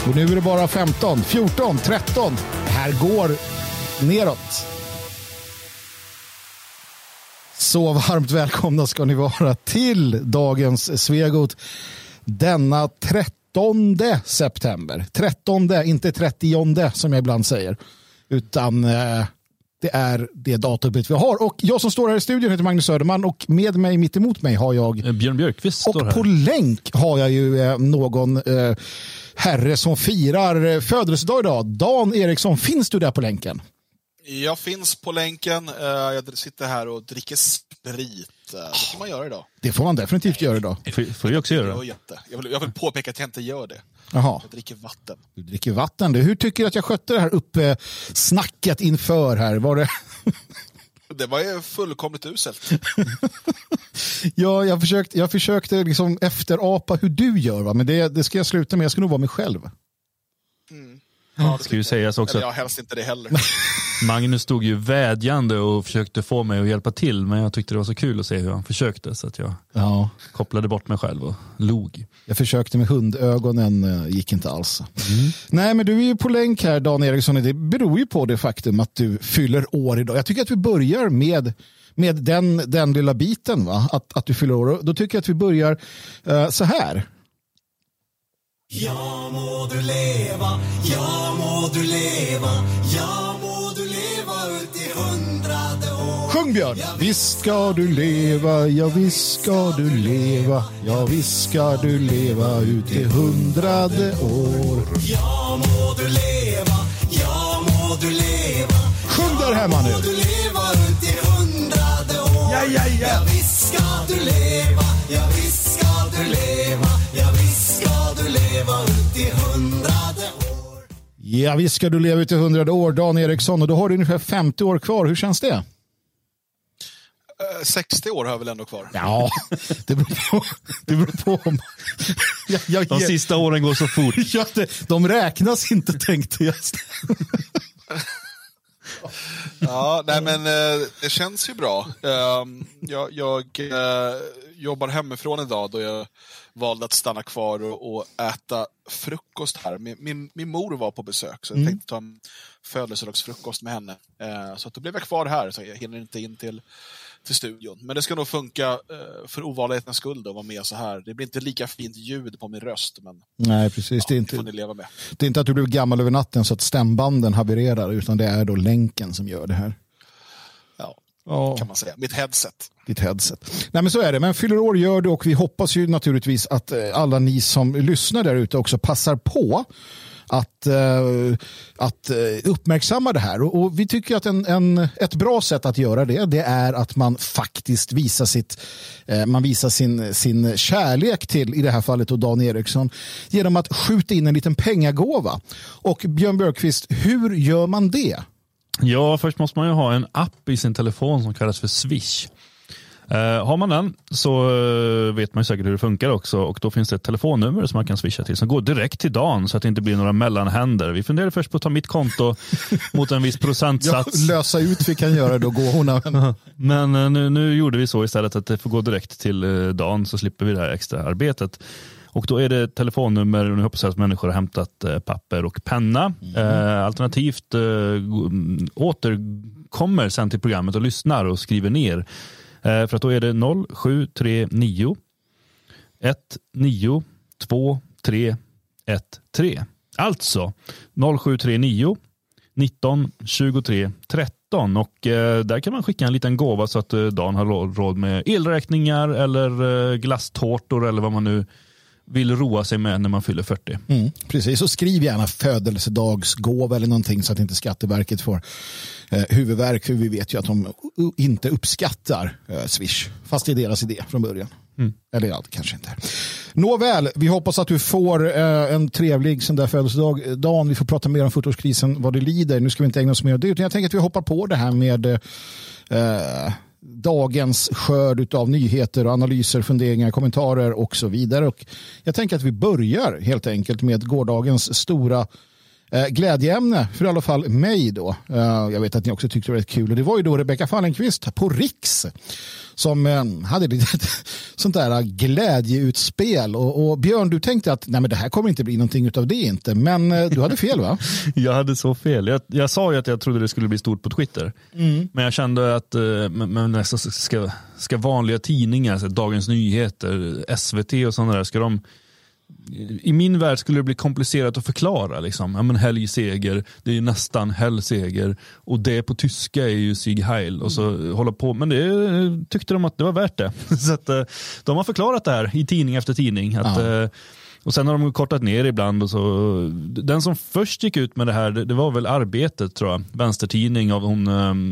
Och nu är det bara 15, 14, 13. Det här går neråt. Så varmt välkomna ska ni vara till dagens Svegot denna 13 september. 13, inte 30 som jag ibland säger. Utan det är det datumet vi har. Och jag som står här i studion heter Magnus Söderman och med mig, mitt emot mig har jag Björn Björkqvist. Och på länk har jag ju någon herre som firar födelsedag idag. Dan Eriksson, finns du där på länken? Jag finns på länken. Jag sitter här och dricker sprit. Det kan man göra idag. Det får man definitivt göra idag. Får vi också göra det? Jag vill påpeka att jag inte gör det. Jaha. Jag dricker vatten. Du dricker vatten. Hur tycker du att jag skötte det här uppe snacket inför här? Var det... Det var ju fullkomligt uselt. Ja, jag försökte liksom efterapa hur du gör, va? Men det ska jag sluta med. Jag ska nog vara mig själv. Mm. Ja, det ska ju sägas också. Jag helst inte det heller. Magnus stod ju vädjande och försökte få mig att hjälpa till, men jag tyckte det var så kul att se hur han försökte, så att jag kopplade bort mig själv och log. Jag försökte med hundögonen, gick inte alls. Nej, men du är ju på länk här, Dan Eriksson. Det beror ju på det faktum att du fyller år idag. Jag tycker att vi börjar med den lilla biten, va? Att du fyller år. Då tycker jag att vi börjar så här. Ja må du leva, ja må du leva, ja må du leva ut i 100:e år. Sjung Björn! Visst ska du leva, ja visst ska du leva, ja visst ska du leva ut i 100:e år. Ja må du leva, ja må du leva. Sjung där hemma nu! Ja må du leva ut i 100:e år. Ja visst ska du leva, ja visst ska du leva, ja visst ska du leva ut i 100:e år. Ja visst ska du leva ut i 100:e år, Dan Eriksson. Och då har du ungefär 50 år kvar. Hur känns det? 60 år har jag väl ändå kvar. Ja, det beror på om... De sista åren går så fort. Ja, de räknas inte, tänkte jag. Ja, nej men det känns ju bra. Jag jobbar hemifrån idag då jag valde att stanna kvar och äta frukost här. Min mor var på besök så jag tänkte ta en födelsedagsfrukost med henne. Så att då blev jag kvar här så jag hinner inte in till studion. Men det ska nog funka för ovanlighetens skull att vara med så här. Det blir inte lika fint ljud på min röst. Men nej, precis. det får ni leva med. Det är inte att du blev gammal över natten så att stämbanden havererar, utan det är då länken som gör det här. Ja, kan man säga. Mitt headset. Ditt headset. Nej, men så är det. Men fyller år gör du, och vi hoppas ju naturligtvis att alla ni som lyssnar där ute också passar på att uppmärksamma det här. Och vi tycker att ett bra sätt att göra det är att man faktiskt visar sin kärlek till, i det här fallet, och Dan Eriksson, genom att skjuta in en liten pengagåva. Och Björn Björkqvist, hur gör man det? Ja, först måste man ju ha en app i sin telefon som kallas för Swish. Har man den så vet man ju säkert hur det funkar också, och då finns det ett telefonnummer som man kan swisha till som går direkt till Dan så att det inte blir några mellanhänder. Vi funderar först på att ta mitt konto mot en viss procentsats. Ja, lösa ut vi kan göra, då går hon. Men nu gjorde vi så istället att det får gå direkt till Dan, så slipper vi det här extra arbetet. Och då är det telefonnummer, och nu hoppas jag att människor har hämtat papper och penna. Alternativt återkommer sen till programmet och lyssnar och skriver ner. För att då är det 0739 192313. Alltså 0739 19 23 13. Och där kan man skicka en liten gåva så att Dan har råd med elräkningar eller glasstårtor eller vad man nu vill roa sig med när man fyller 40. Precis, och skriv gärna födelsedagsgåva eller någonting så att inte Skatteverket får huvudvärk, för vi vet ju att de inte uppskattar Swish, fast det är deras idé från början. Eller ja, kanske inte. Nåväl, vi hoppas att du får en trevlig sån där födelsedag. Dan, vi får prata mer om 40-årskrisen, vad det lider. Nu ska vi inte ägna oss mer åt det, utan jag tänker att vi hoppar på det här med dagens skörd av nyheter, analyser, funderingar, kommentarer och så vidare. Och jag tänker att vi börjar helt enkelt med gårdagens stora Glädjeämne för i alla fall mig då. Jag vet att ni också tyckte det var rätt kul. Och det var ju då Rebecka Fallenkvist på Riks som hade lite sånt där glädjeutspel. Och Björn, du tänkte att nej, men det här kommer inte bli någonting utav det inte. Men du hade fel, va? Jag hade så fel. Jag sa ju att jag trodde det skulle bli stort på Twitter. Men jag kände att men nästan ska vanliga tidningar, så Dagens Nyheter, SVT och sådana där, ska de... I min värld skulle det bli komplicerat att förklara liksom. Ja, men helgseger, det är nästan helgseger och det på tyska är ju Sieg Heil och så hålla på, men det tyckte de att det var värt det. Så att de har förklarat det här i tidning efter tidning att, och sen har de kortat ner ibland och så. Den som först gick ut med det här, det var väl Arbetet tror jag, vänstertidning av hon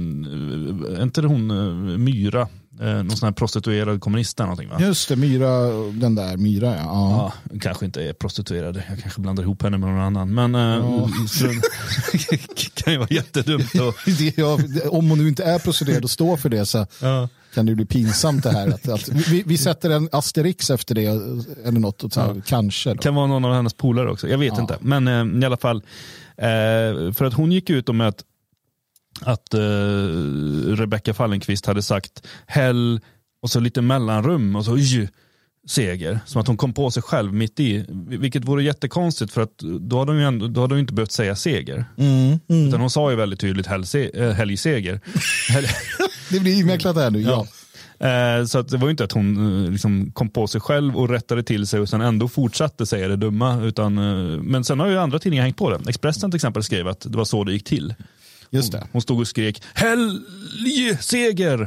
inte hon Myra, någon sån här prostituerad kommunist eller någonting, va? Just det, Myra, ja. Kanske inte är prostituerad, jag kanske blandar ihop henne med någon annan, men kan ju vara jättedumt om hon nu inte är prostituerad och står för det så kan det bli pinsamt det här att vi sätter en asterix efter det eller något och så, kanske då. Kan vara någon av hennes polare också, jag vet inte, men i alla fall för att hon gick ut om att Rebecka Fallenkvist hade sagt hell och så lite mellanrum och så seger, som att hon kom på sig själv mitt i, vilket vore jättekonstigt för att då hade hon inte behövt säga seger. Utan hon sa ju väldigt tydligt helgseger. Det blir invecklat här nu, ja. Så att det var ju inte att hon liksom kom på sig själv och rättade till sig och sen ändå fortsatte säga det dumma, utan, men sen har ju andra tidningar hängt på det. Expressen till exempel skrev att det var så det gick till. Just det. Hon stod och skrek helgseger,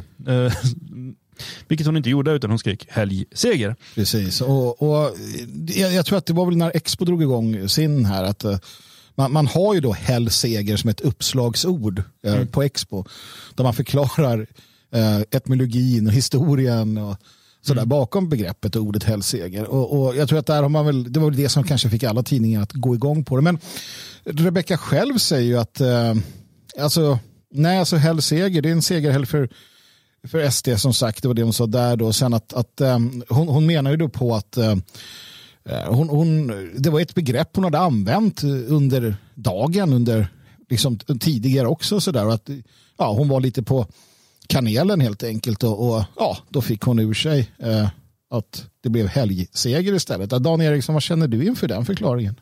vilket hon inte gjorde, utan hon skrek helgseger. Precis, och jag tror att det var väl när Expo drog igång sin här att man har ju då helgseger som ett uppslagsord på Expo, där man förklarar etymologin och historien och sådär bakom begreppet och ordet helgseger. Och jag tror att där har man väl, det var det som kanske fick alla tidningar att gå igång på det. Men Rebecka själv säger ju att alltså helgseger, det är en segerhelg för SD som sagt, det var det hon sa där då. Sen att hon menar ju då på att det var ett begrepp hon hade använt under dagen, under liksom tidigare också sådär, och att hon var lite på kanelen helt enkelt och då fick hon ur sig att det blev helgseger istället. Dan Eriksson, vad känner du inför den förklaringen?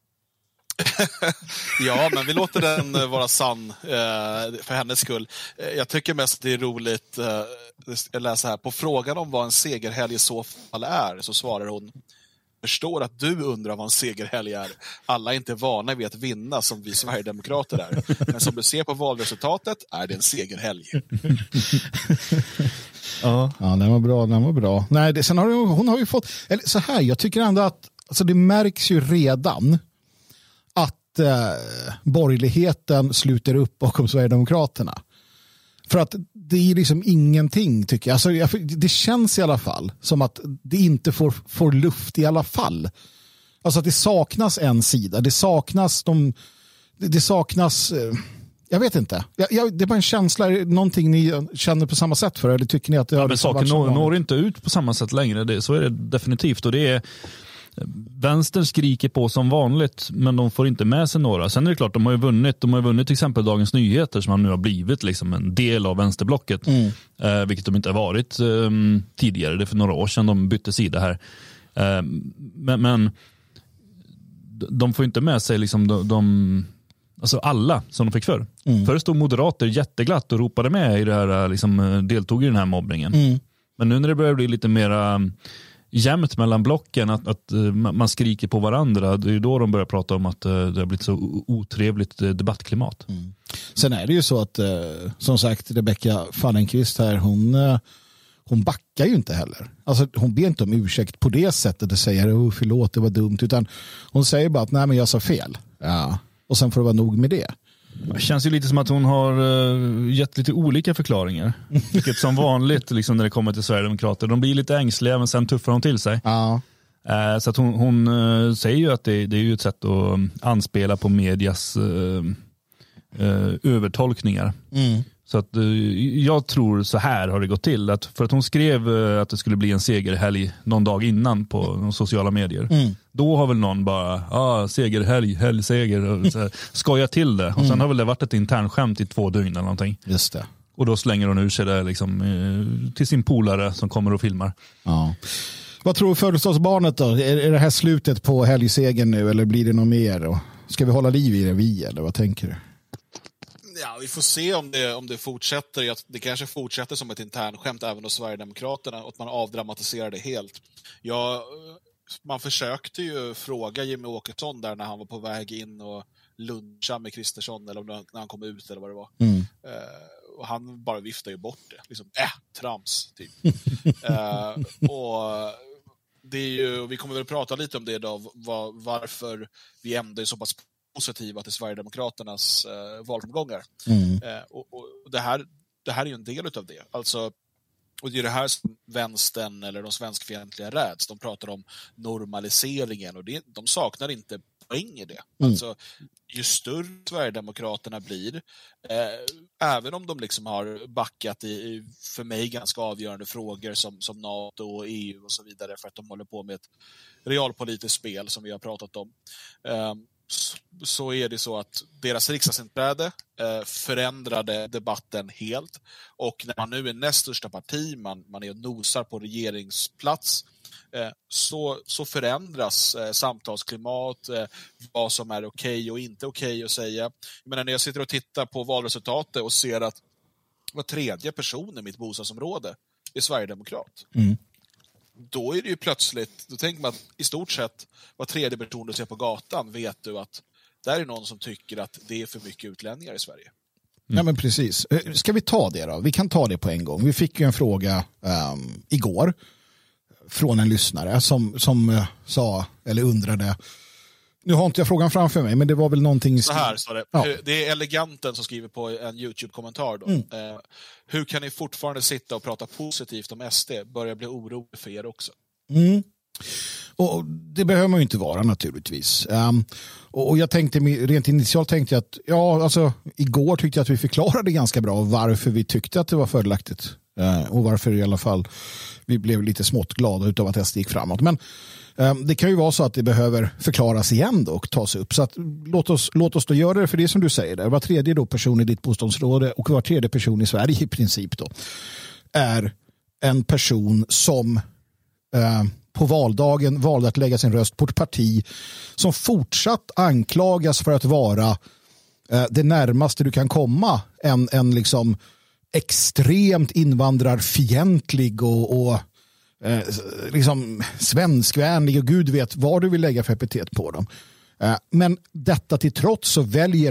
Ja, men vi låter den vara sann för hennes skull. Jag tycker mest att det är roligt, jag läser här, på frågan om vad en segerhelg i så fall är, så svarar hon: förstår att du undrar vad en segerhelg är. Alla är inte vana vid att vinna som vi Sverigedemokrater är. Men som du ser på valresultatet är det en segerhelg. Ja, den var bra. Nej, sen har hon har ju fått, eller så här, jag tycker ändå att alltså det märks ju redan att borgerligheten sluter upp bakom Sverigedemokraterna. För att det är liksom ingenting, tycker jag. Alltså, det känns i alla fall som att det inte får luft i alla fall. Alltså att det saknas en sida. Det saknas jag vet inte. Det är bara en känsla, någonting ni känner på samma sätt för, eller tycker ni att det har... Men saker når inte ut på samma sätt längre. Så är det definitivt, och det är vänstern skriker på som vanligt, men de får inte med sig några. Sen är det klart, de har ju vunnit till exempel Dagens Nyheter, som nu har blivit liksom en del av vänsterblocket, vilket de inte har varit tidigare. Det är för några år sedan de bytte sida här. Men de får inte med sig liksom alltså alla som de fick förr. Förr stod moderater jätteglatt och ropade med i det här, liksom, deltog i den här mobbningen. Men nu när det börjar bli lite mera jämnt mellan blocken, att man skriker på varandra, det är ju då de börjar prata om att det har blivit så otrevligt debattklimat. Sen är det ju så att som sagt, Rebecka Fallenkvist här, hon backar ju inte heller. Alltså hon ber inte om ursäkt på det sättet och säger förlåt, det var dumt, utan hon säger bara att nej, men jag sa fel. Ja. Och sen får det vara nog med det. Det känns ju lite som att hon har gett lite olika förklaringar. Vilket som vanligt liksom, när det kommer till Sverigedemokrater. De blir lite ängsliga, men sen tuffar hon till sig. Ja. Så att hon säger ju att det är ju ett sätt att anspela på medias övertolkningar. Så att, jag tror så här har det gått till. För att hon skrev att det skulle bli en segerhelg någon dag innan på de sociala medier. Då har väl någon bara, segerhelg, helgseger, och så här, skoja till det. Och sen har väl det varit ett internskämt i 2 dygn eller någonting. Just det. Och då slänger hon ur sig det liksom, till sin polare som kommer och filmar. Ja. Vad tror födelsedagsbarnet då? Är det här slutet på helgsegen nu eller blir det något mer? Och ska vi hålla liv i det eller vad tänker du? Ja, vi får se om det fortsätter. Det kanske fortsätter som ett internskämt även hos Sverigedemokraterna och att man avdramatiserar det helt. Man försökte ju fråga Jimmy Åkesson där när han var på väg in och luncha med Kristersson eller när han kom ut eller vad det var. Och han bara viftade ju bort det. Liksom, trams, typ. Och det är ju, vi kommer väl prata lite om det idag, varför vi ändå är så pass positiva till Sverigedemokraternas valframgångar. Och det här är ju en del utav det. Alltså, och det är det här som vänstern eller de svenskfientliga räds. De pratar om normaliseringen och de saknar inte poäng i det. Alltså, ju större Sverigedemokraterna blir, även om de liksom har backat i för mig ganska avgörande frågor som NATO och EU och så vidare, för att de håller på med ett realpolitiskt spel som vi har pratat om, så är det så att deras riksdagsinträde förändrade debatten helt, och när man nu är näst största parti, man är och nosar på regeringsplats, så förändras samtalsklimat, vad som är okej och inte okej att säga. Jag menar, när jag sitter och tittar på valresultatet och ser att var tredje person i mitt bostadsområde är Sverigedemokrat, då är det ju plötsligt, då tänker man att i stort sett var tredje person du ser på gatan vet du att där är någon som tycker att det är för mycket utlänningar i Sverige. Ja, men precis. Ska vi ta det då? Vi kan ta det på en gång. Vi fick ju en fråga igår från en lyssnare som sa, eller undrade, nu har inte jag frågan framför mig, men det var väl någonting... Så här står det. Ja. Det är Eleganten som skriver på en YouTube-kommentar då. Hur kan ni fortfarande sitta och prata positivt om SD? Börjar bli orolig för er också. Och det behöver man ju inte vara naturligtvis. Och jag tänkte, rent initialt tänkte jag att, igår tyckte jag att vi förklarade ganska bra varför vi tyckte att det var fördelaktigt. Och varför i alla fall vi blev lite smått glada utav att SD gick framåt. Men det kan ju vara så att det behöver förklaras igen då och tas upp. Så att, låt oss då göra det, för det som du säger där. Var tredje då person i ditt bostadsområde och var tredje person i Sverige i princip då är en person som på valdagen valde att lägga sin röst på ett parti som fortsatt anklagas för att vara det närmaste du kan komma en liksom extremt invandrarfientlig och liksom svenskvänlig, och Gud vet vad du vill lägga för epitet på dem. Men detta till trots så väljer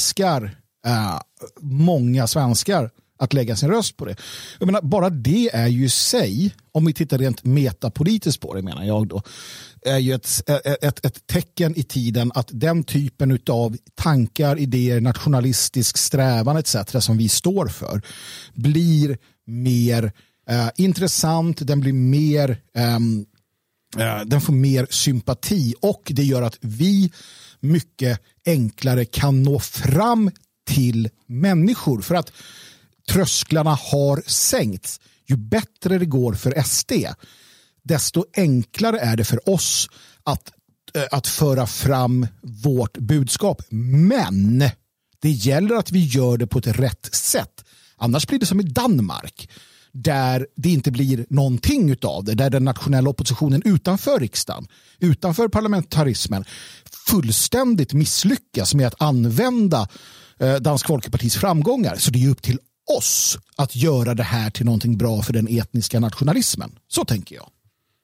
många svenskar att lägga sin röst på det. Jag menar, bara det är ju sig, om vi tittar rent metapolitiskt på det menar jag då, är ju ett tecken i tiden att den typen av tankar, idéer, nationalistisk strävan etc. som vi står för blir mer intressant, den blir mer den får mer sympati, och det gör att vi mycket enklare kan nå fram till människor, för att trösklarna har sänkts. Ju bättre det går för SD, desto enklare är det för oss att föra fram vårt budskap. Men det gäller att vi gör det på ett rätt sätt. Annars blir det som i Danmark, där det inte blir någonting utav det, där den nationella oppositionen utanför riksdagen, utanför parlamentarismen fullständigt misslyckas med att använda Dansk Folkepartis framgångar. Så det är upp till oss att göra det här till någonting bra för den etniska nationalismen. Så tänker jag.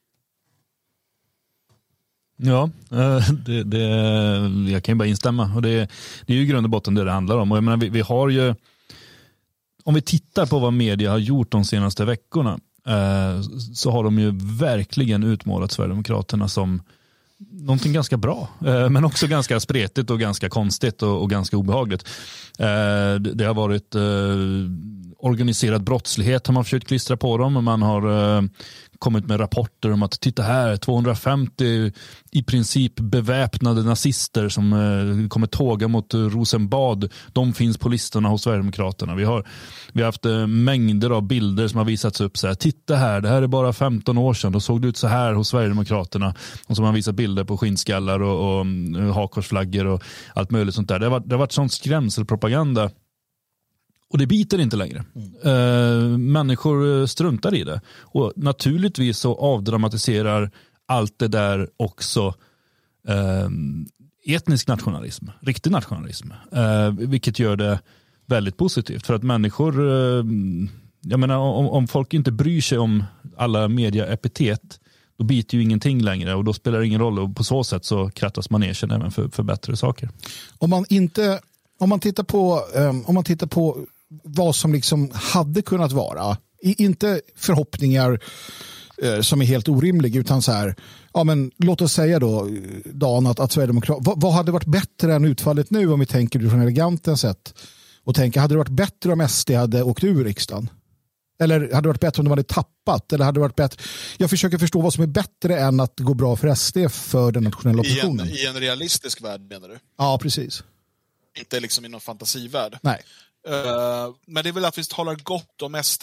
Ja, jag kan ju bara instämma. Och det är ju i grund och botten det handlar om. Och jag menar, vi har ju, om vi tittar på vad media har gjort de senaste veckorna, så har de ju verkligen utmålat Sverigedemokraterna som någonting ganska bra, men också ganska spretigt och ganska konstigt och ganska obehagligt. Det har varit organiserad brottslighet har man försökt klistra på dem. Och man har kommit med rapporter om att titta här, 250 i princip beväpnade nazister som kommer tåga mot Rosenbad. De finns på listorna hos Sverigedemokraterna. Vi har haft mängder av bilder som har visats upp. Så här, titta här, det här är bara 15 år sedan. Då såg det ut så här hos Sverigedemokraterna. Och så har man visat bilder på skinnskallar och hakorsflaggor och allt möjligt sånt där. Det har varit sån skrämselpropaganda. Och det biter inte längre. Människor struntar i det. Och naturligtvis så avdramatiserar allt det där också etnisk nationalism, riktig nationalism. Vilket gör det väldigt positivt. För att människor, jag menar om folk inte bryr sig om alla mediaepitet, då biter ju ingenting längre och då spelar det ingen roll. Och på så sätt så krattas man erkänner även för bättre saker. Om man tittar på vad som liksom hade kunnat vara, inte förhoppningar som är helt orimliga, utan så här, ja men låt oss säga då, Dan, att Sverigedemokraterna, vad hade varit bättre än utfallet nu om vi tänker från elegantens sätt och tänker, hade det varit bättre om SD hade åkt ur riksdagen? Eller hade det varit bättre om de hade tappat? Eller hade det varit bättre? Jag försöker förstå vad som är bättre än att det går bra för SD för den nationella oppositionen. I en realistisk värld menar du? Ja, precis. Inte liksom i någon fantasivärld. Nej. Men det är väl att vi talar gott om SD.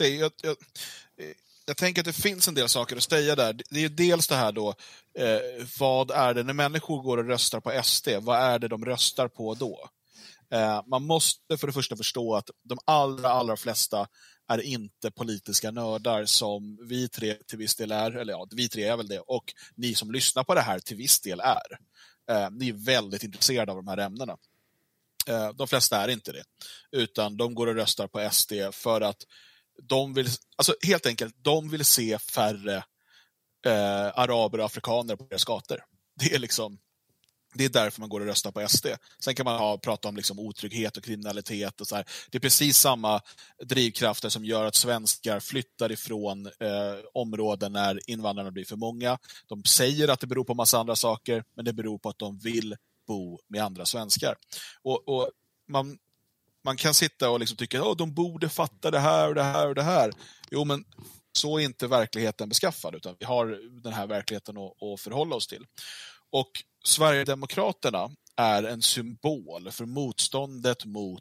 Jag tänker att det finns en del saker att säga där. Det är dels det här då, vad är det när människor går och röstar på SD? Vad är det de röstar på då? Man måste för det första förstå att de allra flesta är inte politiska nördar som vi tre till viss del är, eller ja, vi tre är väl det, och ni som lyssnar på det här till viss del är. Ni är väldigt intresserade av de här ämnena. De flesta är inte det, utan de går och röstar på SD för att de vill, alltså helt enkelt, de vill se färre araber och afrikaner på deras gator. Det är därför man går och röstar på SD. Sen kan man prata om liksom otrygghet och kriminalitet och så här. Det är precis samma drivkrafter som gör att svenskar flyttar ifrån områden när invandrarna blir för många. De säger att det beror på massa andra saker, men det beror på att de vill bo med andra svenskar. Och man kan sitta och liksom tycka att de borde fatta det här och det här och det här. Jo, men så är inte verkligheten beskaffad, utan vi har den här verkligheten att förhålla oss till. Och Sverigedemokraterna är en symbol för motståndet mot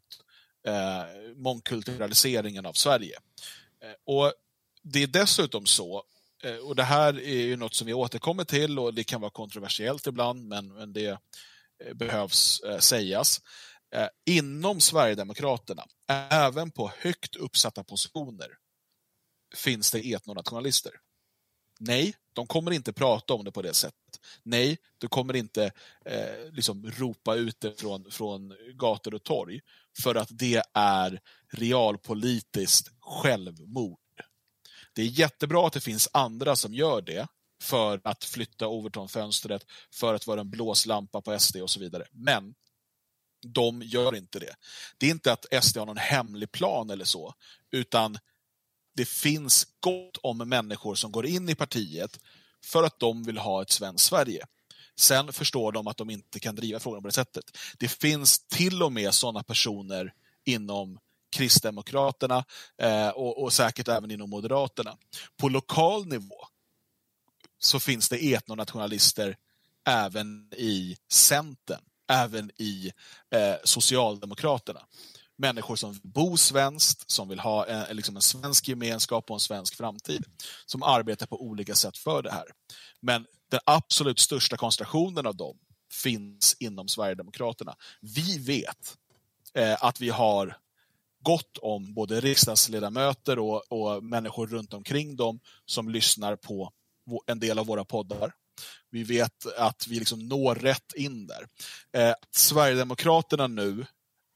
mångkulturaliseringen av Sverige. Och det är dessutom så, och det här är ju något som vi återkommer till och det kan vara kontroversiellt ibland, men det behövs sägas. Inom Sverigedemokraterna, även på högt uppsatta positioner, finns det etnonationalister. Nej, de kommer inte prata om det på det sättet. Nej, du kommer inte liksom ropa ut det från gator och torg, för att det är realpolitiskt självmord. Det är jättebra att det finns andra som gör det för att flytta Overton-fönstret, för att vara en blåslampa på SD och så vidare. Men de gör inte det. Det är inte att SD har någon hemlig plan eller så, utan det finns gott om människor som går in i partiet för att de vill ha ett svenskt Sverige. Sen förstår de att de inte kan driva frågan på det sättet. Det finns till och med sådana personer inom Kristdemokraterna och säkert även inom Moderaterna. På lokal nivå så finns det etnonationalister även i Centern, även i Socialdemokraterna. Människor som bor svenskt, som vill ha en svensk gemenskap och en svensk framtid, som arbetar på olika sätt för det här. Men den absolut största koncentrationen av dem finns inom Sverigedemokraterna. Vi vet att vi har gott om både riksdagsledamöter och människor runt omkring dem som lyssnar på en del av våra poddar. Vi vet att vi liksom når rätt in där. Sverigedemokraterna nu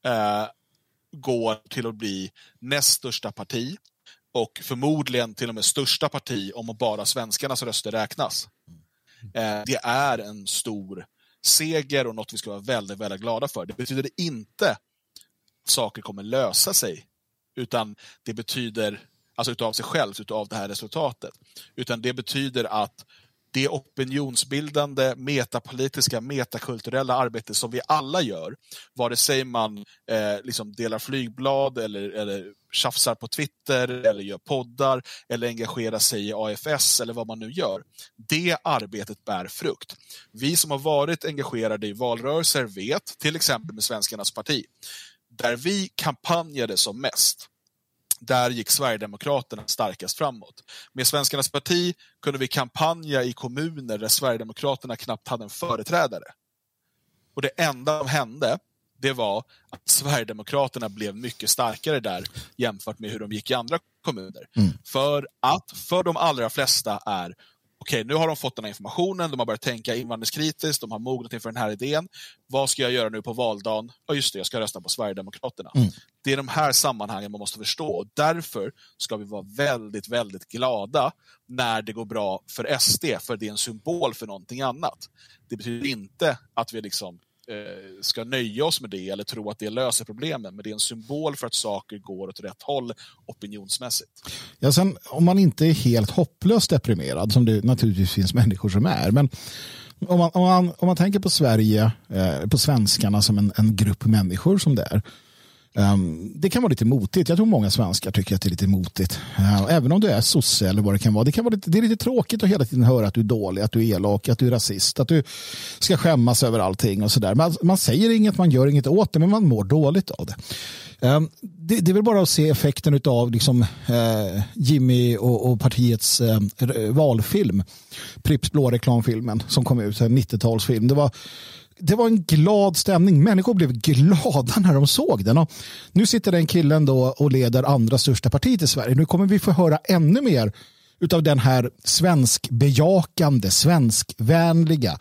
går till att bli näst största parti och förmodligen till och med största parti om bara svenskarnas röster räknas. Det är en stor seger och något vi ska vara väldigt, väldigt glada för. Det betyder inte att saker kommer lösa sig, utan det betyder, alltså utav sig själv, utav det här resultatet, utan det betyder att det opinionsbildande, metapolitiska, metakulturella arbete som vi alla gör, vare sig man liksom delar flygblad eller tjafsar på Twitter eller gör poddar eller engagerar sig i AFS eller vad man nu gör. Det arbetet bär frukt. Vi som har varit engagerade i valrörelser vet, till exempel med Svenskarnas parti, där vi kampanjade som mest, där gick Sverigedemokraterna starkast framåt. Med Svenskarnas parti kunde vi kampanja i kommuner där Sverigedemokraterna knappt hade en företrädare. Och det enda som hände, det var att Sverigedemokraterna blev mycket starkare där jämfört med hur de gick i andra kommuner. För de allra flesta är okej, nu har de fått den här informationen, de har börjat tänka invandringskritiskt, de har mognat inför den här idén. Vad ska jag göra nu på valdagen? Ja, just det, jag ska rösta på Sverigedemokraterna. Det är de här sammanhangen man måste förstå. Och därför ska vi vara väldigt, väldigt glada när det går bra för SD, för det är en symbol för någonting annat. Det betyder inte att vi liksom ska nöja oss med det eller tro att det löser problemen, men det är en symbol för att saker går åt rätt håll opinionsmässigt. Ja, sen om man inte är helt hopplöst deprimerad, som det naturligtvis finns människor som är, men om man tänker på Sverige, på svenskarna som en grupp människor som det är, det kan vara lite motigt. Jag tror många svenskar tycker att det är lite motigt. Även om du är sosse eller vad det kan vara. Det är lite tråkigt att hela tiden höra att du är dålig, att du är elak, att du är rasist, att du ska skämmas över allting och sådär. Man säger inget, man gör inget åt det, men man mår dåligt av det. Det är väl bara att se effekten av liksom, Jimmy och partiets valfilm. Pripps blå reklamfilmen som kom ut, en 90-talsfilm. Det var en glad stämning. Människor blev glada när de såg den. Och nu sitter den killen då och leder andra största partiet i Sverige. Nu kommer vi få höra ännu mer utav den här svenskbejakande, svenskvänliga,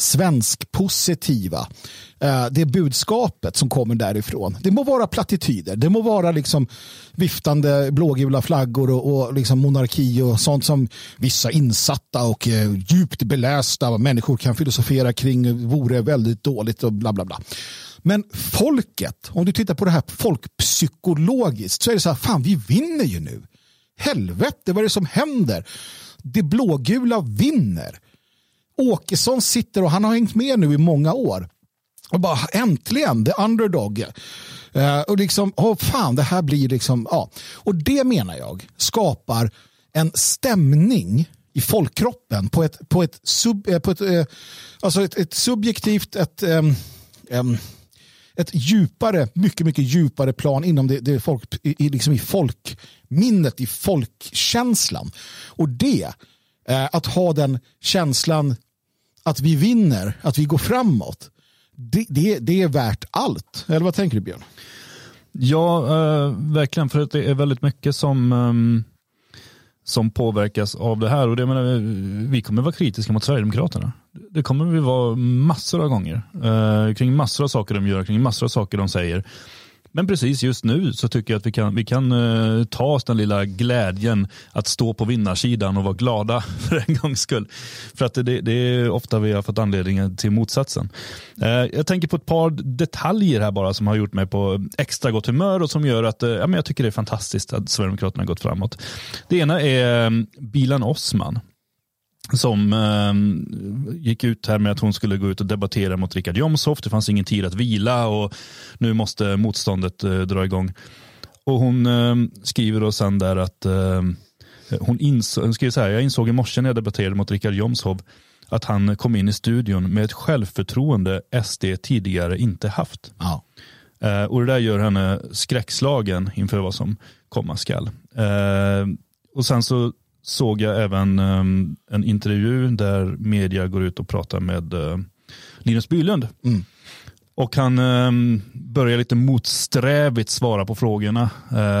svenskpositiva. Det budskapet som kommer därifrån. Det må vara plattityder. Det må vara liksom viftande blågula flaggor och liksom monarki och sånt som vissa insatta och djupt belästa människor kan filosofera kring vore väldigt dåligt och bla bla bla. Men folket, om du tittar på det här folkpsykologiskt, så är det så här, fan, vi vinner ju nu. Helvete, vad är det som händer? Det blågula vinner. Åkesson sitter och han har hängt med nu i många år. Och bara äntligen, the underdog. Och liksom, fan, det här blir liksom, ja. Och det menar jag skapar en stämning i folkkroppen på ett subjektivt, ett djupare, mycket, mycket djupare plan inom det liksom i folkminnet, i folkkänslan. Och att ha den känslan att vi vinner, att vi går framåt, det är värt allt. Eller vad tänker du, Björn? Ja, verkligen, för att det är väldigt mycket som påverkas av det här. Och det menar, vi kommer vara kritiska mot Sverigedemokraterna. Det kommer vi vara massor av gånger. Kring massor av saker de gör, kring massor av saker de säger. Men precis just nu så tycker jag att vi kan ta oss den lilla glädjen att stå på vinnarsidan och vara glada för en gångs skull. För att det är ofta vi har fått anledningen till motsatsen. Jag tänker på ett par detaljer här bara som har gjort mig på extra gott humör och som gör att jag tycker det är fantastiskt att Sverigedemokraterna har gått framåt. Det ena är Bilan Osman, som gick ut här med att hon skulle gå ut och debattera mot Richard Jomshof. Det fanns ingen tid att vila och nu måste motståndet dra igång. Och hon skriver då sen där att hon skriver så här: jag insåg i morse när jag debatterade mot Richard Jomshof att han kom in i studion med ett självförtroende SD tidigare inte haft. Ja. Och det där gör henne skräckslagen inför vad som komma skall. Och sen så såg jag även en intervju där media går ut och pratar med Linus Bylund. Mm. Och han börjar lite motsträvigt svara på frågorna.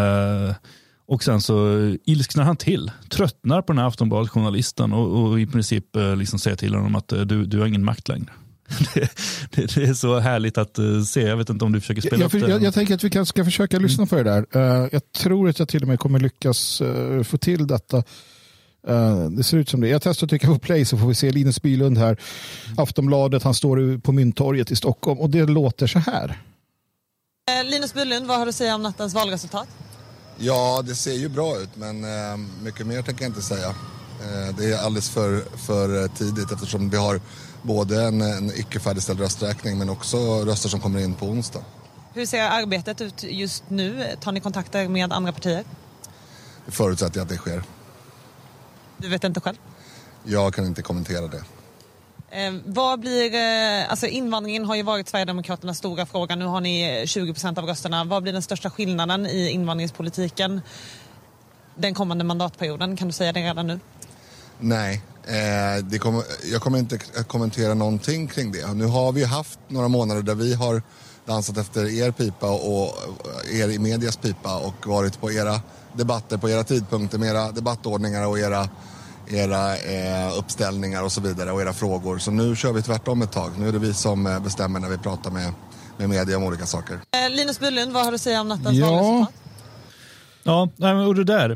Och sen så ilsknar han till. Tröttnar på den här Aftonbladet-journalisten och i princip liksom säger till honom att du har ingen makt längre. Det är så härligt att se. Jag vet inte om du försöker spela upp det. Jag tänker att vi ska försöka lyssna på det där. Jag tror att jag till och med kommer lyckas få till detta. Det ser ut som det. Jag testar att trycka på play så får vi se Linus Bylund här. Aftonbladet, han står på Mynttorget i Stockholm och det låter så här. Linus Bylund, vad har du att säga om nattens valresultat? Ja, det ser ju bra ut, men mycket mer tänker jag inte säga. Det är alldeles för tidigt eftersom vi har både en icke färdigställd rösträkning men också röster som kommer in på onsdag. Hur ser arbetet ut just nu? Tar ni kontakter med andra partier? Det förutsätter jag att det sker. Du vet inte själv? Jag kan inte kommentera det. Vad blir, alltså invandringen har ju varit Sverigedemokraternas stora fråga. Nu har ni 20% av rösterna. Vad blir den största skillnaden i invandringspolitiken den kommande mandatperioden? Kan du säga det redan nu? Nej, jag kommer inte att kommentera någonting kring det. Nu har vi haft några månader där vi har dansat efter er pipa och er i medias pipa och varit på era debatter, på era tidpunkter med era debattordningar och era uppställningar och så vidare och era frågor. Så nu kör vi tvärtom ett tag. Nu är det vi som bestämmer när vi pratar med media om olika saker. Linus Bylund, vad har du att säga om nattens valresultat? Ja, och det där.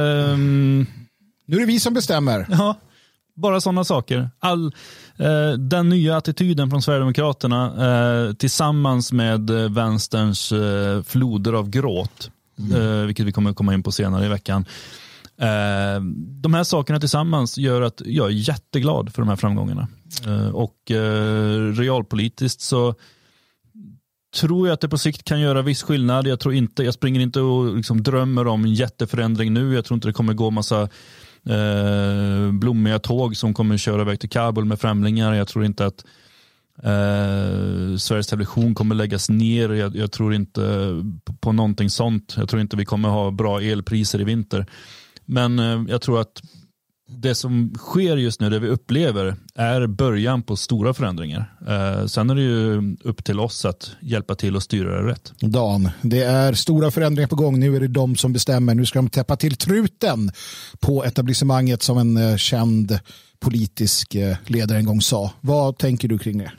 Nu är det vi som bestämmer. Ja, bara sådana saker. Den nya attityden från Sverigedemokraterna tillsammans med vänsterns floder av gråt, vilket vi kommer komma in på senare i veckan. De här sakerna tillsammans gör att jag är jätteglad för de här framgångarna. Och realpolitiskt så tror jag att det på sikt kan göra viss skillnad. Jag springer inte och liksom drömmer om en jätteförändring nu. Jag tror inte det kommer gå massa blommiga tåg som kommer köra iväg till Kabul med främlingar. Jag tror inte att Sveriges Television kommer läggas ner. Jag tror inte på någonting sånt. Jag tror inte vi kommer ha bra elpriser i vinter. Men jag tror att det som sker just nu, det vi upplever, är början på stora förändringar. Sen är det ju upp till oss att hjälpa till och styra det rätt. Dan, det är stora förändringar på gång. Nu är det de som bestämmer. Nu ska de täppa till truten på etablissemanget, som en känd politisk ledare en gång sa. Vad tänker du kring det?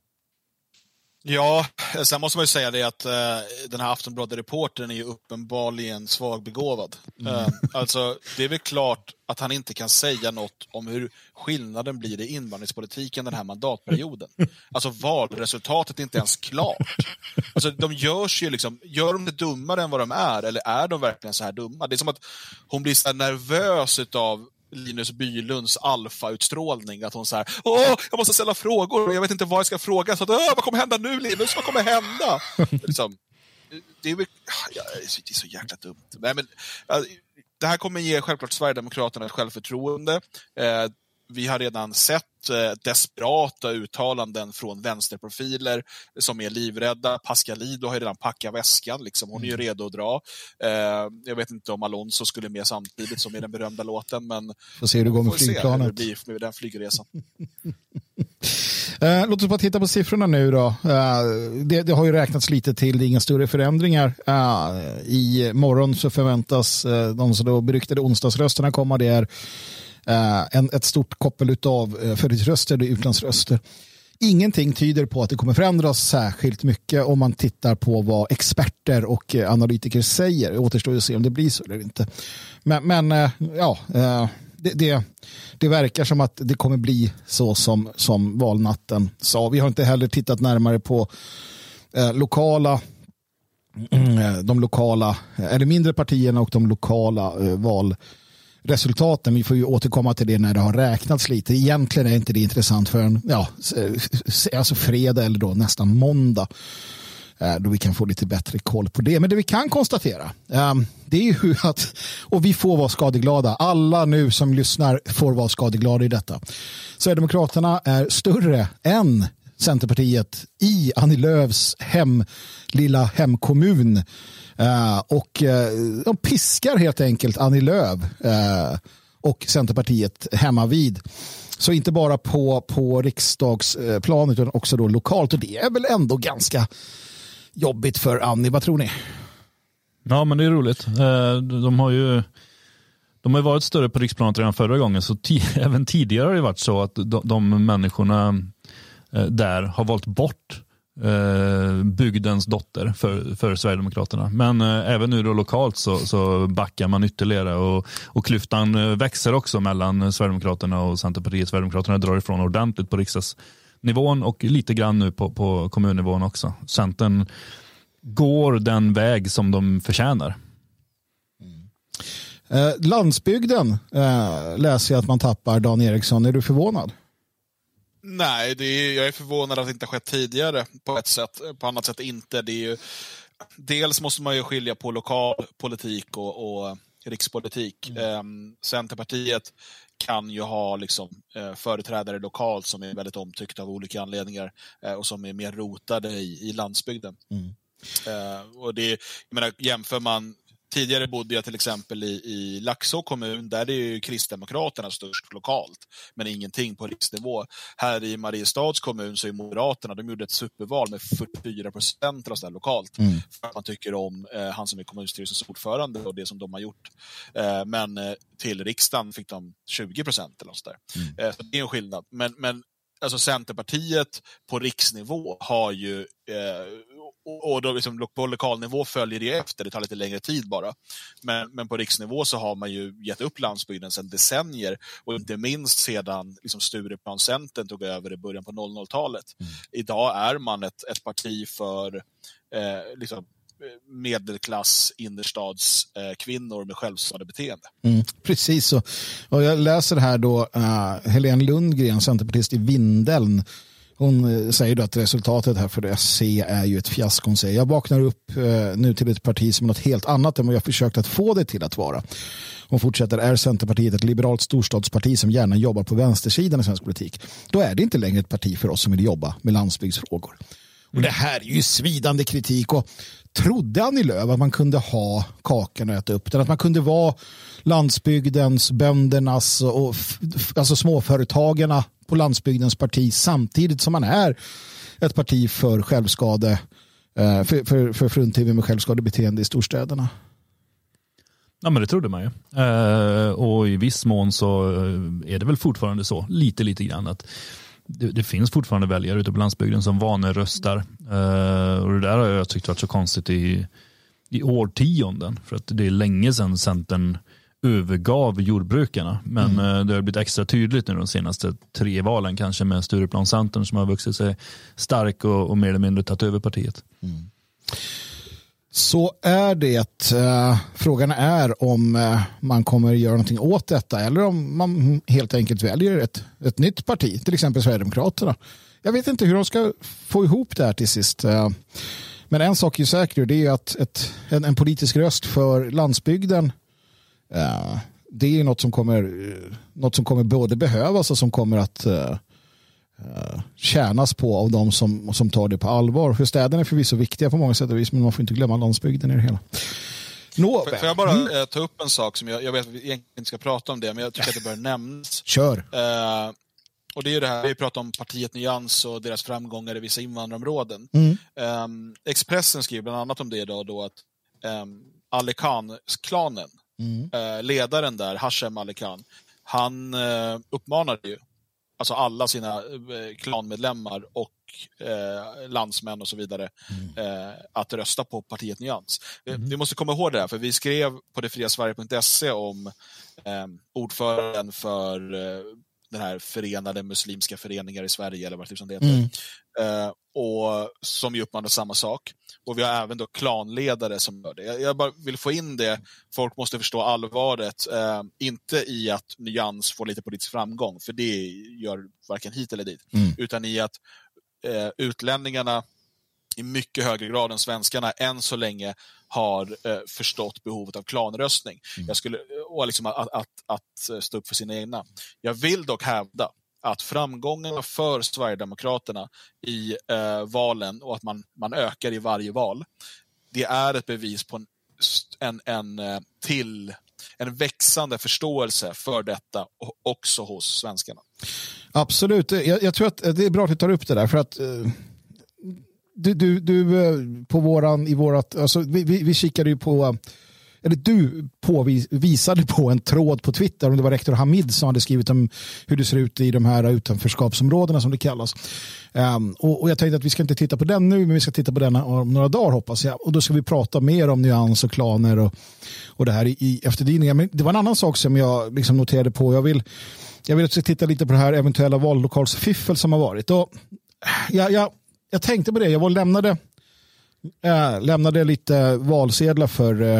Ja, sen måste man ju säga det att den här Aftonbladet-reportern är ju uppenbarligen svagbegåvad. Alltså, det är väl klart att han inte kan säga något om hur skillnaden blir i invandringspolitiken den här mandatperioden. Alltså, valresultatet är inte ens klart. Alltså, de görs ju liksom, gör de det dummare än vad de är, eller är de verkligen så här dumma? Det är som att hon blir så här nervös utav Linus Bylunds alfa-utstrålning, att hon så här, jag måste ställa frågor och jag vet inte vad jag ska fråga, så att, vad kommer hända nu, Linus, vad kommer hända? Liksom, det är så jäkla dumt. Nej, men det här kommer ge självklart Sverigedemokraterna ett självförtroende. Vi har redan sett desperata uttalanden från vänsterprofiler som är livrädda. Pascalido har ju redan packat väskan. Liksom. Hon är ju redo att dra. Jag vet inte om Alonso skulle med samtidigt som i den berömda låten. Men får se hur det går med flygplanet. Hur det blir med den flygresan. Låt oss bara titta på siffrorna nu då. Det har ju räknats lite till. Det är inga större förändringar. I morgon så förväntas de så då beryktade onsdagsrösterna komma. Det är ett stort koppel av födelseröster och utlandsröster. Ingenting tyder på att det kommer förändras särskilt mycket om man tittar på vad experter och analytiker säger. Det återstår att se om det blir så eller inte. Men det verkar som att det kommer bli så som valnatten sa. Vi har inte heller tittat närmare på de lokala eller mindre partierna och de lokala valresultaten. Vi får ju återkomma till det när det har räknats lite. Egentligen är inte det intressant förrän alltså fredag eller då nästan måndag, då vi kan få lite bättre koll på det. Men det vi kan konstatera, det är ju att, och vi får vara skadeglada, alla nu som lyssnar får vara skadeglada i detta. Sverigedemokraterna är större än Centerpartiet i Annie Lööfs lilla hemkommun. Och de piskar helt enkelt Annie Lööf och Centerpartiet hemma vid. Så inte bara på riksdagsplanet utan också då lokalt. Och det är väl ändå ganska jobbigt för Annie. Vad tror ni? Ja, men det är roligt. De har ju varit större på riksplanet redan förra gången. Så även tidigare har det varit så att de människorna där har valt bort bygdens dotter för Sverigedemokraterna. Men även nu då lokalt så backar man ytterligare och klyftan växer också mellan Sverigedemokraterna och Centerpartiet. Sverigedemokraterna drar ifrån ordentligt på riksdagsnivån och lite grann nu på kommunnivån också. Centern går den väg som de förtjänar. Landsbygden läser jag att man tappar. Dan Eriksson, är du förvånad? Nej, jag är förvånad att det inte har skett tidigare på ett sätt. På annat sätt inte. Det är ju, dels måste man ju skilja på lokal politik och rikspolitik. Centerpartiet kan ju ha liksom, företrädare lokalt som är väldigt omtyckta av olika anledningar och som är mer rotade i landsbygden. Och det, jag menar, jämför man, tidigare bodde jag till exempel i Laxå kommun, där det är ju Kristdemokraterna störst lokalt, men ingenting på riksnivå. Här i Mariestads kommun så är Moderaterna, de gjorde ett superval med 44% eller så där lokalt, för att man tycker om han som är kommunstyrelsens ordförande och det som de har gjort. Men till riksdagen fick de 20% eller så där. Så det är en skillnad. Men alltså Centerpartiet på riksnivå har ju och då liksom på lokal nivå följer det efter, det tar lite längre tid bara. Men på riksnivå så har man ju gett upp landsbygden sedan decennier, och inte minst sedan liksom Stureplan-Centern tog över i början på 00-talet. Idag är man ett parti för liksom medelklass innerstads kvinnor med självskadebeteende. Precis så. Och jag läser här då Helene Lundgren, centerpartist i Vindeln. Hon säger då att resultatet här för SC är ju ett fiasko. Hon säger, jag vaknar upp nu till ett parti som är något helt annat än vad jag försökt att få det till att vara. Hon fortsätter, är Centerpartiet ett liberalt storstadsparti som gärna jobbar på vänstersidan i svensk politik, då är det inte längre ett parti för oss som vill jobba med landsbygdsfrågor. Och det här är ju svidande kritik, och trodde Annie Lööf att man kunde ha kakan och äta upp den, att man kunde vara landsbygdens, böndernas och alltså småföretagarna på landsbygdens parti samtidigt som man är ett parti för självskade, för fruntimmer med självskadebeteende i storstäderna? Ja, men det trodde man ju. Och i viss mån så är det väl fortfarande så, lite grann, att det finns fortfarande väljare ute på landsbygden som vaneröstar. Och det där har jag tyckt varit så konstigt i årtionden. För att det är länge sedan Centern övergav jordbrukarna. Men det har blivit extra tydligt nu de senaste 3 valen, kanske med Stureplan-Centern som har vuxit sig stark och mer eller mindre tagit över partiet. Så är det. Frågan är om man kommer göra någonting åt detta, eller om man helt enkelt väljer ett nytt parti, till exempel Sverigedemokraterna. Jag vet inte hur de ska få ihop det här till sist. Men en sak är säker, det är att en politisk röst för landsbygden, det är något som kommer både behövas och som kommer att tjänas på av de som tar det på allvar. För städerna är förvisso viktiga på många sätt och vis, men man får inte glömma landsbygden i det hela. Får jag bara ta upp en sak som jag vet att vi egentligen inte ska prata om det, men jag tycker att det bör nämnas. Kör! Och det är ju det här, vi pratar om partiet Nyans och deras framgångar i vissa invandrarområden. Expressen skriver bland annat om det idag då, att Ali Khan-klanen, ledaren där, Hashem Ali Khan, han uppmanade ju alltså alla sina klanmedlemmar och landsmän och så vidare att rösta på partiet Nyans. Vi måste komma ihåg det här, för vi skrev på detfriasverige.se om ordföranden för den här förenade muslimska föreningar i Sverige, eller vad det som det heter. Och som ju uppmanar samma sak. Och vi har även då klanledare som gör det. Jag bara vill få in det. Folk måste förstå allvaret. Inte i att Nyans får lite politisk framgång, för det gör varken hit eller dit. Utan i att utlänningarna i mycket högre grad än svenskarna än så länge har förstått behovet av klanröstning. Och liksom att stå upp för sina egna. Jag vill dock hävda att framgångarna för Sverigedemokraterna i valen, och att man ökar i varje val, det är ett bevis på en växande förståelse för detta också hos svenskarna. Absolut. Jag tror att det är bra att du tar upp det där, för att du på alltså vi kikade ju på, eller du visade på en tråd på Twitter, om det var rektor Hamid som hade skrivit om hur det ser ut i de här utanförskapsområdena som det kallas. Och jag tänkte att vi ska inte titta på den nu, men vi ska titta på den om några dagar, hoppas jag. Och då ska vi prata mer om Nyans och klaner och det här i efterdyningar. Men det var en annan sak som jag liksom noterade på. Jag vill också titta lite på det här eventuella vallokalsfiffel som har varit. Och jag tänkte på det. Jag lämnade lite valsedlar för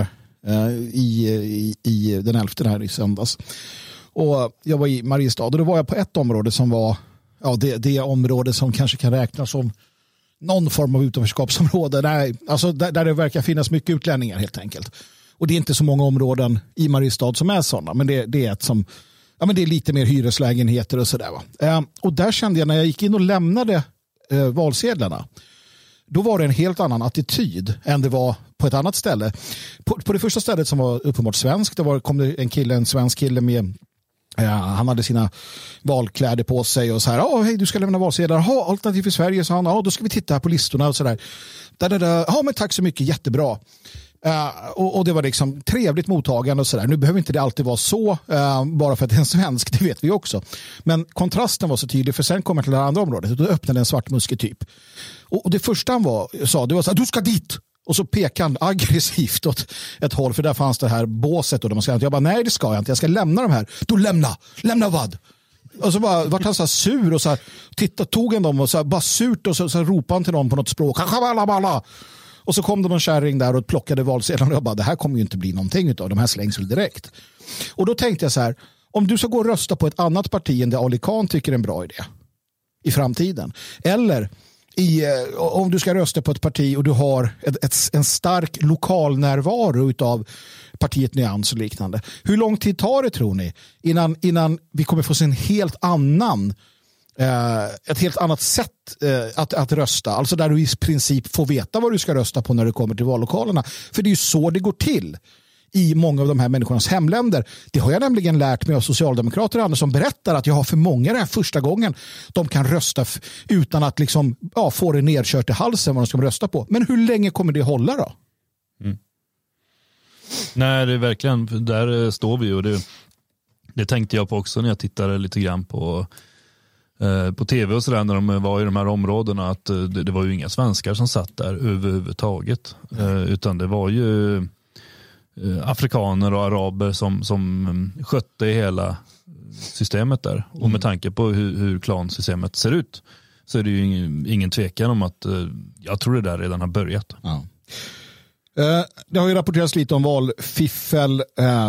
i den 11 här i söndags. Och jag var i Mariestad och då var jag på ett område som var det område som kanske kan räknas som någon form av utanförskapsområde. Där det verkar finnas mycket utlänningar helt enkelt. Och det är inte så många områden i Mariestad som är sådana, men det är ett som men det är lite mer hyreslägenheter och sådär. Och där kände jag när jag gick in och lämnade valsedlarna, då var det en helt annan attityd än det var på ett annat ställe. På det första stället som var uppenbart svensk, kom det en svensk kille med han hade sina valkläder på sig och så här, hej, du ska lämna valsedlar, alternativ för Sverige, så han, då ska vi titta här på listorna och sådär. Men tack så mycket, jättebra. Och det var liksom trevligt mottagande och sådär. Nu behöver inte det alltid vara så bara för att det är en svensk, det vet vi också. Men kontrasten var så tydlig, för sen kom jag till det andra området och då öppnade en svartmuske typ. Och det första han sa, det var så här, du ska dit! Och så pekade han aggressivt åt ett håll, för där fanns det här båset och de sa, jag bara, nej det ska jag inte, jag ska lämna de här. Du lämna vad? Och så var han så här sur och så här, tog han dem och så här, bara surt och så ropade han till dem på något språk. Och så kom det någon kärring där och plockade valsedlarna och jag bara, det här kommer ju inte bli någonting utav, de här slängs väl direkt. Och då tänkte jag så här, om du ska gå och rösta på ett annat parti än det Ali Khan tycker är en bra idé i framtiden, eller om du ska rösta på ett parti och du har en stark lokal närvaro utav partiet Nyans och liknande. Hur lång tid tar det, tror ni, innan vi kommer få se en helt annan ett helt annat sätt att rösta, alltså där du i princip får veta vad du ska rösta på när du kommer till vallokalerna, för det är ju så det går till i många av de här människornas hemländer. Det har jag nämligen lärt mig av socialdemokrater och andra som berättar att jag har för många det här första gången de kan rösta utan att liksom, få det nedkört i halsen vad de ska rösta på. Men hur länge kommer det hålla då? Nej, det är verkligen, där står vi, och det tänkte jag på också när jag tittade lite grann på tv och sådär när de var i de här områdena, att det var ju inga svenskar som satt där överhuvudtaget, utan det var ju afrikaner och araber som skötte hela systemet där. Och med tanke på hur klansystemet ser ut så är det ju ingen tvekan om att jag tror det där redan har börjat. Ja. Det har ju rapporterats lite om valfiffel,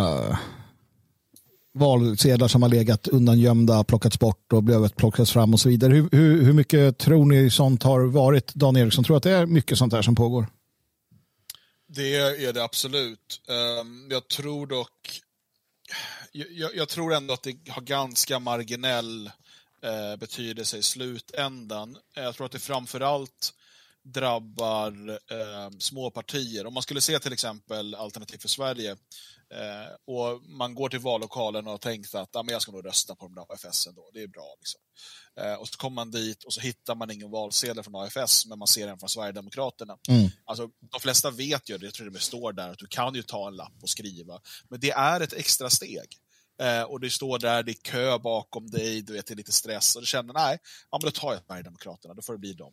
valsedlar som har legat undangömda, plockats bort och blivit plockats fram och så vidare. Hur mycket tror ni sånt har varit, Dan Eriksson? Tror att det är mycket sånt här som pågår? Det är det absolut. Jag tror dock jag tror ändå att det har ganska marginell betydelse i slutändan. Jag tror att det framförallt drabbar små partier. Om man skulle se till exempel Alternativ för Sverige och man går till vallokalen och tänkt att jag ska nog rösta på de där AFS ändå, det är bra liksom. Och så kommer man dit och så hittar man ingen valsedel från AFS, men man ser den från Sverigedemokraterna. Alltså, de flesta vet ju det, jag tror det står där att du kan ju ta en lapp och skriva, men det är ett extra steg. Och det står där, det är kö bakom dig, du vet, det är lite stress och du känner, men då tar jag Sverigedemokraterna, då får det bli dem.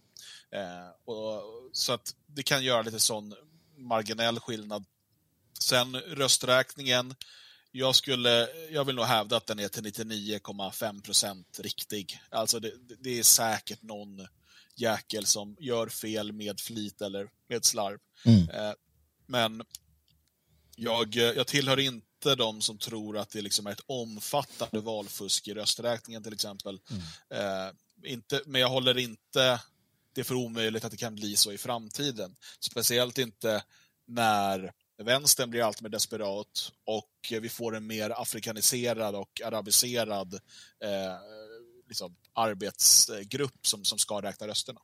Så att det kan göra lite sån marginell skillnad. Sen rösträkningen, jag vill nog hävda att den är till 99,5% riktig. Alltså det är säkert någon jäkel som gör fel med flit eller med slarv. Men jag tillhör inte de som tror att det liksom är ett omfattande valfusk i rösträkningen till exempel. Men jag håller inte det för omöjligt att det kan bli så i framtiden. Speciellt inte när vänstern blir allt mer desperat och vi får en mer afrikaniserad och arabiserad liksom arbetsgrupp som ska räkna rösterna.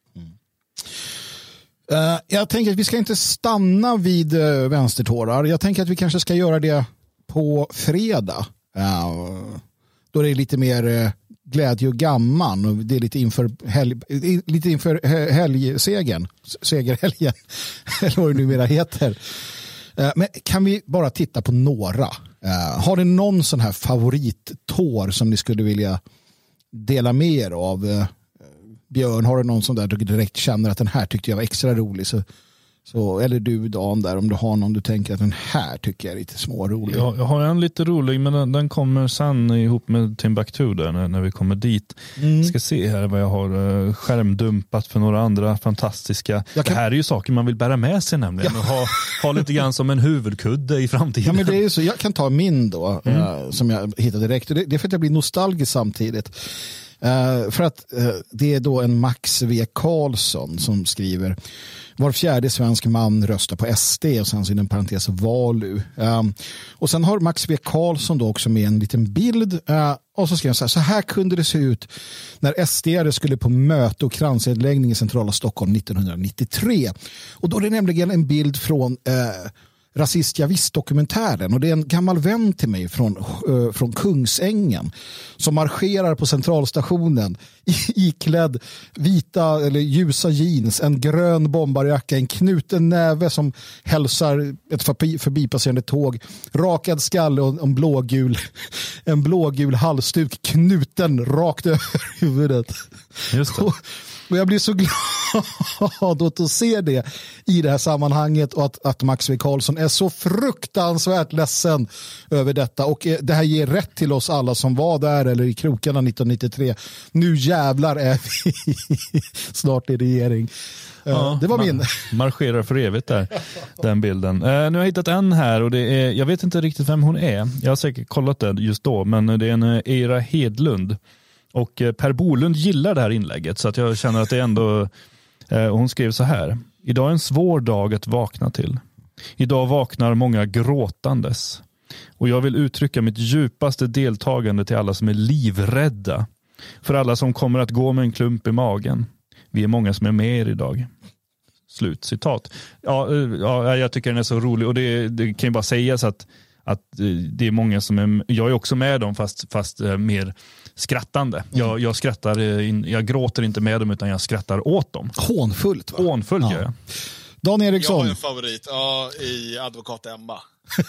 Jag tänker att vi ska inte stanna vid vänstertårar. Jag tänker att vi kanske ska göra det på fredag. Då det är lite mer glädje och gamman och det är lite inför helgsegen, segerhelgen eller vad det numera heter. Men kan vi bara titta på några? Har ni någon sån här favorittår som ni skulle vilja dela med er av? Björn, har du någon som där du direkt känner att den här tyckte jag var extra rolig, så Så, eller du Dan där, om du har någon du tänker att den här tycker jag är lite smårolig. Jag har en lite rolig, men den kommer sen ihop med Timbuktu där när vi kommer dit. Ska se här vad jag har skärmdumpat för några andra fantastiska. Det här är ju saker man vill bära med sig nämligen. Och ha lite grann som en huvudkudde i framtiden. Ja, men det är ju så. Jag kan ta min då, som jag hittade direkt. Det är för att jag blir nostalgisk samtidigt. För att det är då en Max V. Karlsson som skriver: var fjärde svensk man röstar på SD, och sen så i en parentes Valu. Och sen har Max V. Karlsson då också med en liten bild. Och så skrev han så här kunde det se ut när SD skulle på möte och kransnedläggning i centrala Stockholm 1993. Och då är det nämligen en bild från Rasist jag visst-dokumentären, och det är en gammal vän till mig från Kungsängen som marscherar på centralstationen iklädd vita eller ljusa jeans, en grön bombarjacka, en knuten näve som hälsar ett förbipasserande tåg, rakad skalle och en blågul halsduk knuten rakt över huvudet. Just det. Och jag blir så glad att se det i det här sammanhanget, och att Max V. Karlsson är så fruktansvärt ledsen över detta. Och det här ger rätt till oss alla som var där eller i krokarna 1993. Nu jävlar är vi snart i regering. Det var min. Marscherar för evigt där, den bilden. Nu har jag hittat en här, och det är, jag vet inte riktigt vem hon är. Jag har säkert kollat det just då, men det är en Eira Hedlund. Och Per Bolund gillar det här inlägget, så att jag känner att det ändå... hon skrev så här: idag är en svår dag att vakna till. Idag vaknar många gråtandes. Och jag vill uttrycka mitt djupaste deltagande till alla som är livrädda. För alla som kommer att gå med en klump i magen. Vi är många som är med er idag. Slut citat. Ja, jag tycker den är så rolig, och det kan ju bara sägas att det är många som är... Jag är också med dem, fast mer skrattande. Jag skrattar, jag gråter inte med dem, utan jag skrattar åt dem. Hånfullt, va? Hånfullt gör jag. Dan Eriksson. Jag har en favorit i advokat Emma.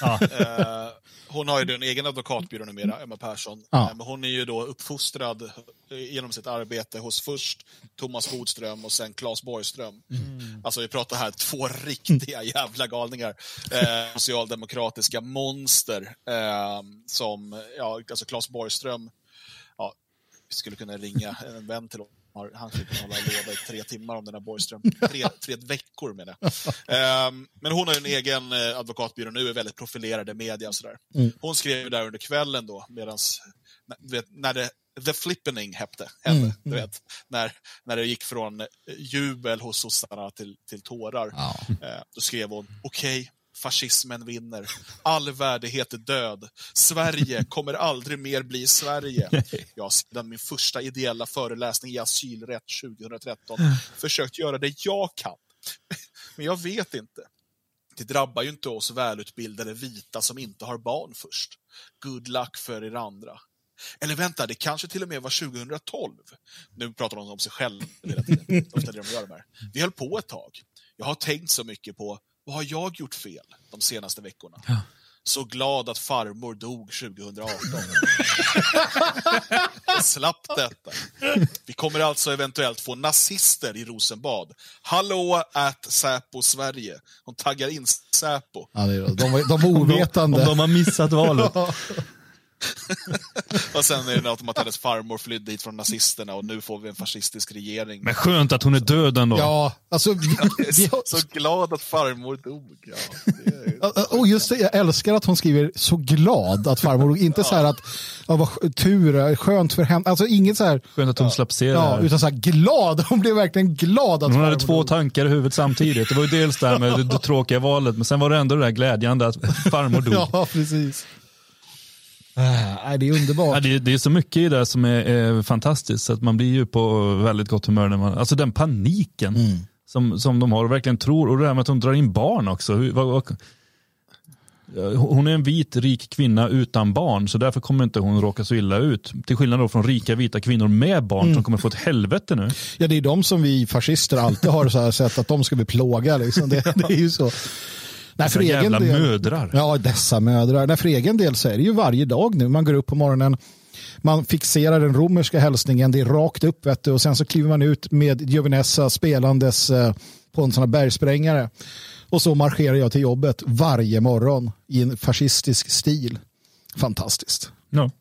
Hon har ju en egen advokatbyrå numera, Emma Persson. Men hon är ju då uppfostrad genom sitt arbete hos först Thomas Bodström och sen Claes Borgström. Alltså vi pratar här 2 riktiga jävla galningar. Socialdemokratiska monster. Som, alltså Claes Borgström, vi skulle kunna ringa en vän till honom. Han skulle kunna hålla leva i 3 timmar om den här Borgström. 3 veckor menar jag. Men hon har ju en egen advokatbyrå nu, är väldigt profilerad i media och sådär. Hon skrev där under kvällen då, medans när The Flippening hände, du vet, när det gick från jubel hos sossarna till tårar. Då skrev hon: okej, fascismen vinner. All värdighet är död. Sverige kommer aldrig mer bli Sverige. Jag har sedan min första ideella föreläsning i asylrätt 2013 försökt göra det jag kan. Men jag vet inte. Det drabbar ju inte oss välutbildade vita som inte har barn först. Good luck för er andra. Eller vänta, det kanske till och med var 2012. Nu pratar de om sig själv hela tiden. Ofta det de gör de här. Vi höll på ett tag. Jag har tänkt så mycket på: vad har jag gjort fel de senaste veckorna? Så glad att farmor dog 2018. Jag slapp detta. Vi kommer alltså eventuellt få nazister i Rosenbad. Hallå @Säpo Sverige. Hon taggar in Säpo. Ja, de var ovetande. Om de har missat valet. Och sen är det något om att hennes farmor flydde hit från nazisterna, och nu får vi en fascistisk regering. Men skönt att hon är död ändå. Ja, alltså så glad att farmor dog. Och just det, jag älskar att hon skriver så glad att farmor dog. Inte så här att vad tur, skönt för henne. Alltså inget så här. Skönt att hon slapp se det här. Utan så här glad. Hon blev verkligen glad att hon hade 2 tankar i huvudet samtidigt. Det var ju dels det här med det tråkiga valet, men sen var det ändå det där glädjande att farmor dog. Ja, precis. Det är underbart. Det är så mycket i det som är fantastiskt, så att man blir ju på väldigt gott humör när man, alltså den paniken som de har och verkligen tror, och det här med att de drar in barn också. Hon är en vit, rik kvinna utan barn, så därför kommer inte hon råka så illa ut. Till skillnad då från rika, vita kvinnor med barn som kommer få ett helvete nu. Ja, det är de som vi fascister alltid har så här sett att de ska vi plåga. Liksom. Det är ju så. Nej, för egen del, mödrar. Ja, dessa mödrar. Nej, för egen del så är det ju varje dag nu. Man går upp på morgonen, Man fixerar den romerska hälsningen, det är rakt upp, vet du, och sen så kliver man ut med Giovinezza spelandes på en sån här bergsprängare. Och så marscherar jag till jobbet varje morgon i en fascistisk stil. Fantastiskt. Ja.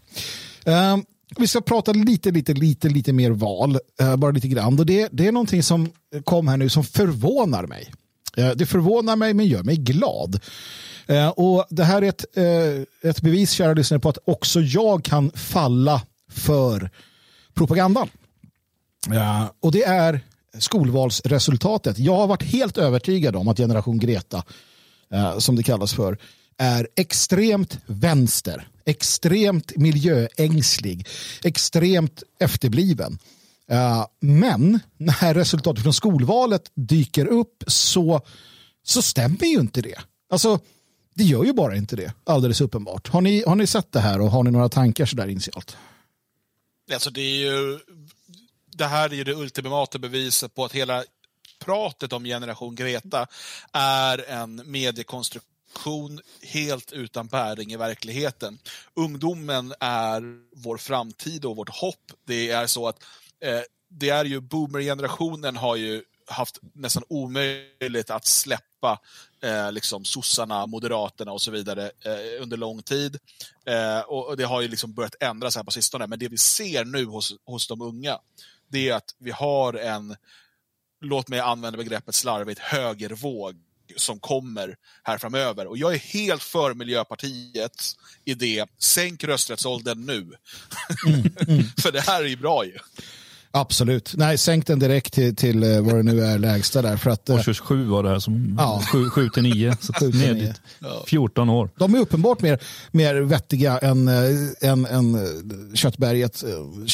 Vi ska prata lite mer val, bara lite grann. Och det är någonting som kom här nu som förvånar mig. Det förvånar mig men gör mig glad. Och det här är ett bevis, kära lyssnare, på att också jag kan falla för propagandan. Och det är skolvalsresultatet. Jag har varit helt övertygad om att generation Greta, som det kallas för, är extremt vänster, extremt miljöängslig, extremt efterbliven. Men när resultatet från skolvalet dyker upp så stämmer ju inte det. Alltså, det gör ju bara inte det, alldeles uppenbart. Har ni sett det här och har ni några tankar så där initialt? Alltså det här är ju det ultimata beviset på att hela pratet om generation Greta är en mediekonstruktion helt utan bäring i verkligheten. Ungdomen är vår framtid och vårt hopp. Det är så att det är ju boomer-generationen har ju haft nästan omöjligt att släppa liksom sossarna, moderaterna och så vidare under lång tid. Och det har ju liksom börjat ändras här på sistone. Men det vi ser nu hos de unga, det är att vi har en, låt mig använda begreppet slarvigt, högervåg som kommer här framöver. Och jag är helt för Miljöpartiets idé, sänk rösträttsåldern nu. För det här är ju bra ju. Absolut. Nej, sänk den direkt till vad det nu är lägsta där. För att, årskurs 7 var det här som 7-9. Så 7-9. 14 år. De är uppenbart mer vettiga än Köttberget.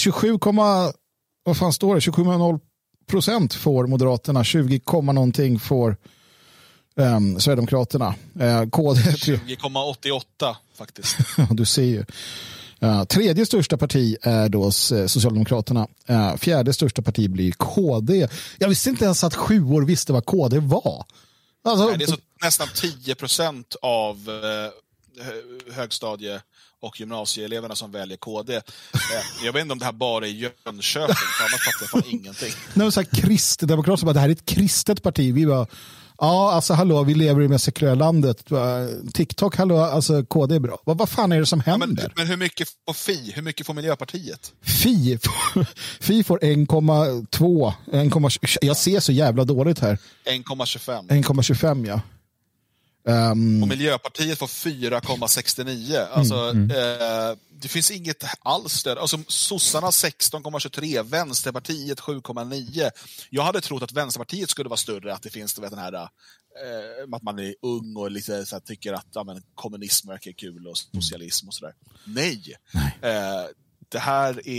27,0% får Moderaterna. 20, någonting får Sverigedemokraterna. KD 20,88 faktiskt. Du ser ju. Tredje största parti är då Socialdemokraterna. Fjärde största parti blir KD. Jag visste inte ens att 7 år visste vad KD var. Alltså, nej, det är så nästan 10% av högstadie- och gymnasieeleverna som väljer KD. Jag vet inte om det här bara är Jönköping, för annars fattar jag fan ingenting. Nej, så här kristdemokrater som bara, det här är ett kristet parti. Vi bara, ja, alltså hallå, vi lever i det sekulära landet. TikTok, hallå, alltså KD är bra. Vad fan är det som händer? Ja, men hur mycket får Fi? Hur mycket får Miljöpartiet? Fi får 1,2. Jag ser så jävla dåligt här. 1,25. 1,25, ja. Och Miljöpartiet får 4,69. Alltså, det finns inget alls stöd. Alltså, sossarna 16,23, Vänsterpartiet 7,9. Jag hade trott att Vänsterpartiet skulle vara större, att det finns den här att man är ung och lite så här, tycker att kommunism verkar kul och socialism och sådär. Nej. Det här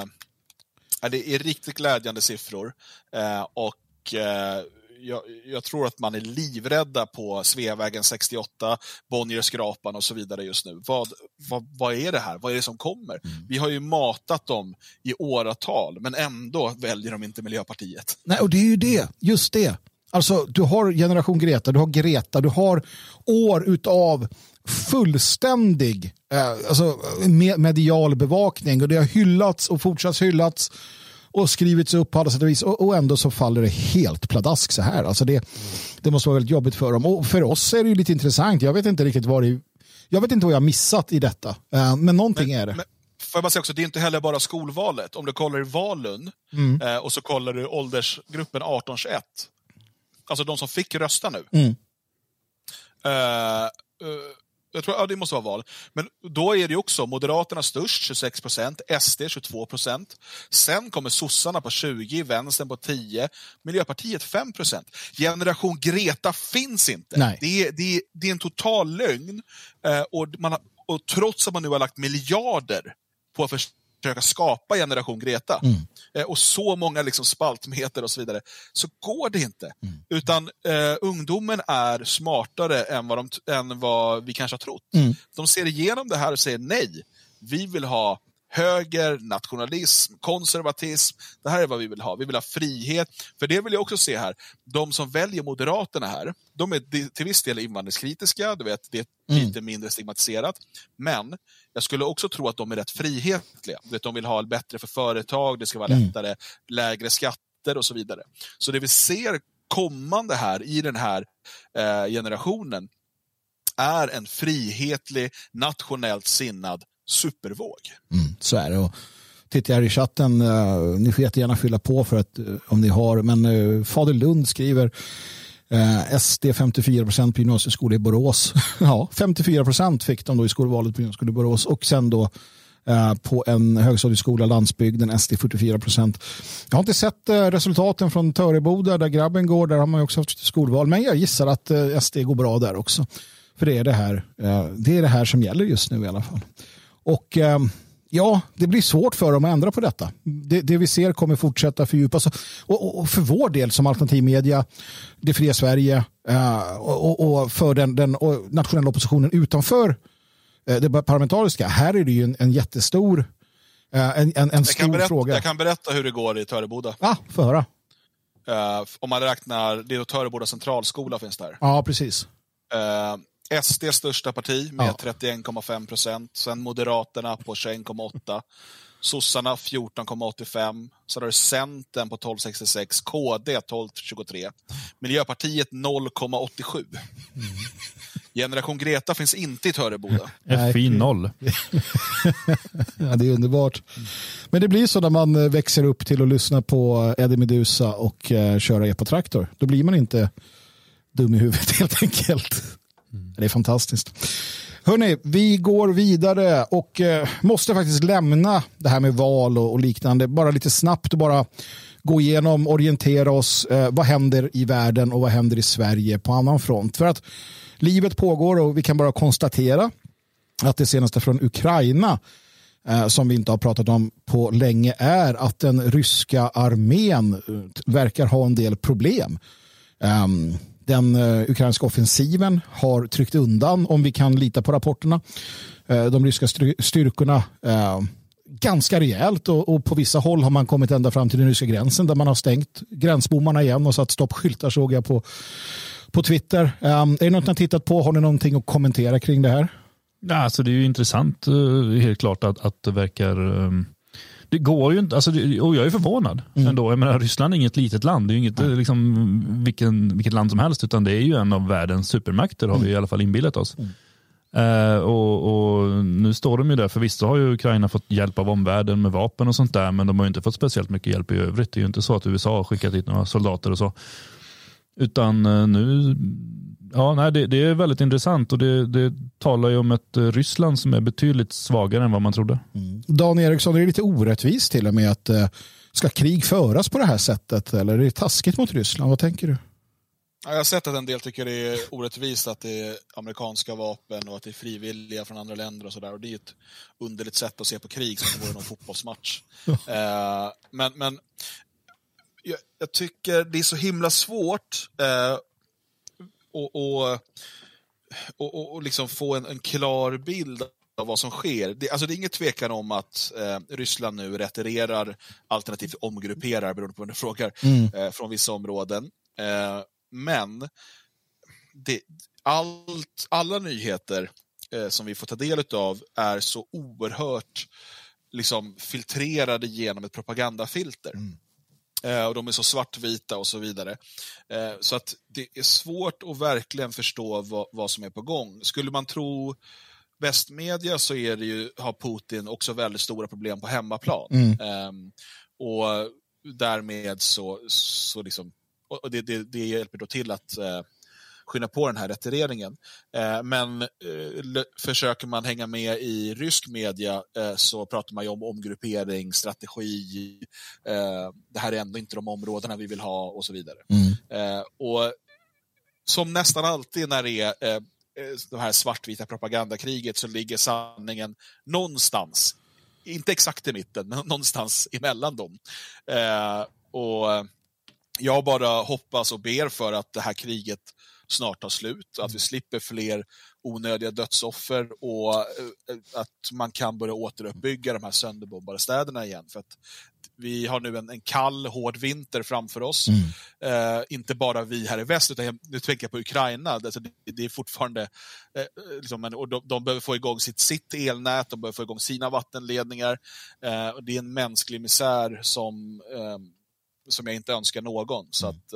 är riktigt glädjande siffror och jag tror att man är livrädda på Sveavägen 68, Bonnierskrapan och så vidare just nu. Vad är det här? Vad är det som kommer? Vi har ju matat dem i åratal, men ändå väljer de inte Miljöpartiet. Nej, och det är ju det. Just det. Alltså, du har generation Greta, du har år utav fullständig medial bevakning, och det har hyllats och fortsatt hyllats och skrivits upp på alla sätt och vis, och ändå så faller det helt pladask så här. Alltså det måste vara väldigt jobbigt för dem. Och för oss är det ju lite intressant. Jag vet inte riktigt vad jag har missat i detta. Men någonting är det. Men, får jag bara säga också, det är inte heller bara skolvalet. Om du kollar i valen och så kollar du åldersgruppen 18-21. Alltså de som fick rösta nu. Jag tror det måste vara val. Men då är det också Moderaterna störst, 26%, SD 22%. Sen kommer sossarna på 20%, vänstern på 10%, Miljöpartiet 5%. Generation Greta finns inte. Nej. Det är en total lögn. Och trots att man nu har lagt miljarder på att försöka skapa generation Greta och så många liksom spaltmeter och så vidare, så går det inte. Utan ungdomen är smartare än vad vi kanske har trott. De ser igenom det här och säger nej. Vi vill ha höger, nationalism, konservatism. Det här är vad vi vill ha. Vi vill ha frihet. För det vill jag också se här. De som väljer Moderaterna här, de är till viss del invandringskritiska. Du vet, det är lite mindre stigmatiserat. Men jag skulle också tro att de är rätt frihetliga. Du vet, de vill ha bättre för företag, det ska vara lättare, lägre skatter och så vidare. Så det vi ser kommande här i den här generationen är en frihetlig, nationellt sinnad supervåg. Så är det. Och tittar här i chatten, ni får jättegärna fylla på för att om ni har, men Fader Lund skriver SD 54% på gymnasieskola i Borås. Ja, 54% fick de då i skolvalet på gymnasieskola i Borås, och sen då på en högstadieskola landsbygden SD 44%. Jag har inte sett resultaten från Töreboda där grabben går, där har man ju också haft skolval, men jag gissar att SD går bra där också. För det är det här som gäller just nu i alla fall. Och ja, det blir svårt för dem att ändra på detta. Det vi ser kommer fortsätta fördjupas. Och för vår del som alternativmedia, det fria Sverige och för den nationella oppositionen utanför det parlamentariska, här är det ju en jättestor stor fråga. Jag kan berätta hur det går i Töreboda. Ja, få höra. Om man räknar, det är Töreboda centralskola finns där. Ja, precis. SD största parti med 31,5%. Sen Moderaterna på 21,8%. Sossarna 14,85%. Så har du Centern på 12,66%. KD 12,23%. Miljöpartiet 0,87%. Generation Greta finns inte i Töreboda. FI 0. Ja, det är underbart. Men det blir så när man växer upp till att lyssna på Eddie Meduza och köra epatraktor. Då blir man inte dum i huvudet helt enkelt. Det är fantastiskt. Hörrni, vi går vidare och måste faktiskt lämna det här med val och liknande. Bara lite snabbt och bara gå igenom, orientera oss. Vad händer i världen och vad händer i Sverige på annan front? För att livet pågår och vi kan bara konstatera att det senaste från Ukraina som vi inte har pratat om på länge är att den ryska armén verkar ha en del problem. Den ukrainska offensiven har tryckt undan, om vi kan lita på rapporterna, de ryska styrkorna ganska rejält, och på vissa håll har man kommit ända fram till den ryska gränsen där man har stängt gränsbommarna igen och satt stoppskyltar, såg jag på Twitter. Är det något ni har tittat på? Har ni någonting att kommentera kring det här? Ja, alltså det är ju intressant helt klart att det verkar... Det går ju inte, alltså, och jag är förvånad ändå. Jag menar, Ryssland är inget litet land, det är ju inget liksom, vilket land som helst, utan det är ju en av världens supermakter, har vi i alla fall inbillat oss. Och nu står de ju där, förvisso har ju Ukraina fått hjälp av omvärlden med vapen och sånt där, men de har ju inte fått speciellt mycket hjälp i övrigt. Det är ju inte så att USA har skickat hit några soldater och så. Utan nu, ja, nej, det är väldigt intressant, och det talar ju om ett Ryssland som är betydligt svagare än vad man trodde. Dan Eriksson, är det lite orättvist till och med att ska krig föras på det här sättet, eller är det taskigt mot Ryssland? Vad tänker du? Jag har sett att en del tycker det är orättvist att det är amerikanska vapen och att det är frivilliga från andra länder och sådär. Och det är ett underligt sätt att se på krig som det vore någon fotbollsmatch. Men jag tycker det är så himla svårt och liksom få en klar bild av vad som sker. Det är inget tvekan om att Ryssland nu retirerar, alternativt omgrupperar, beroende på vad du frågar, från vissa områden. Men alla nyheter som vi får ta del av är så oerhört liksom filtrerade genom ett propagandafilter. Och de är så svartvita och så vidare. Så att det är svårt att verkligen förstå vad som är på gång. Skulle man tro västmedia så har Putin också väldigt stora problem på hemmaplan. Och därmed så liksom, och det hjälper då till att skynda på den här retireringen. Men försöker man hänga med i rysk media så pratar man ju om omgruppering, strategi, det här är ändå inte de områdena vi vill ha och så vidare. Och som nästan alltid när det är det här svartvita propagandakriget så ligger sanningen någonstans, inte exakt i mitten, men någonstans emellan dem. Och jag bara hoppas och ber för att det här kriget snart tar slut, att vi slipper fler onödiga dödsoffer och att man kan börja återuppbygga de här sönderbombade städerna igen. För att vi har nu en kall, hård vinter framför oss. Inte bara vi här i väst, utan nu tänker jag på Ukraina. Alltså det är fortfarande liksom, och de behöver få igång sitt elnät, de behöver få igång sina vattenledningar. Och det är en mänsklig misär som jag inte önskar någon. Så att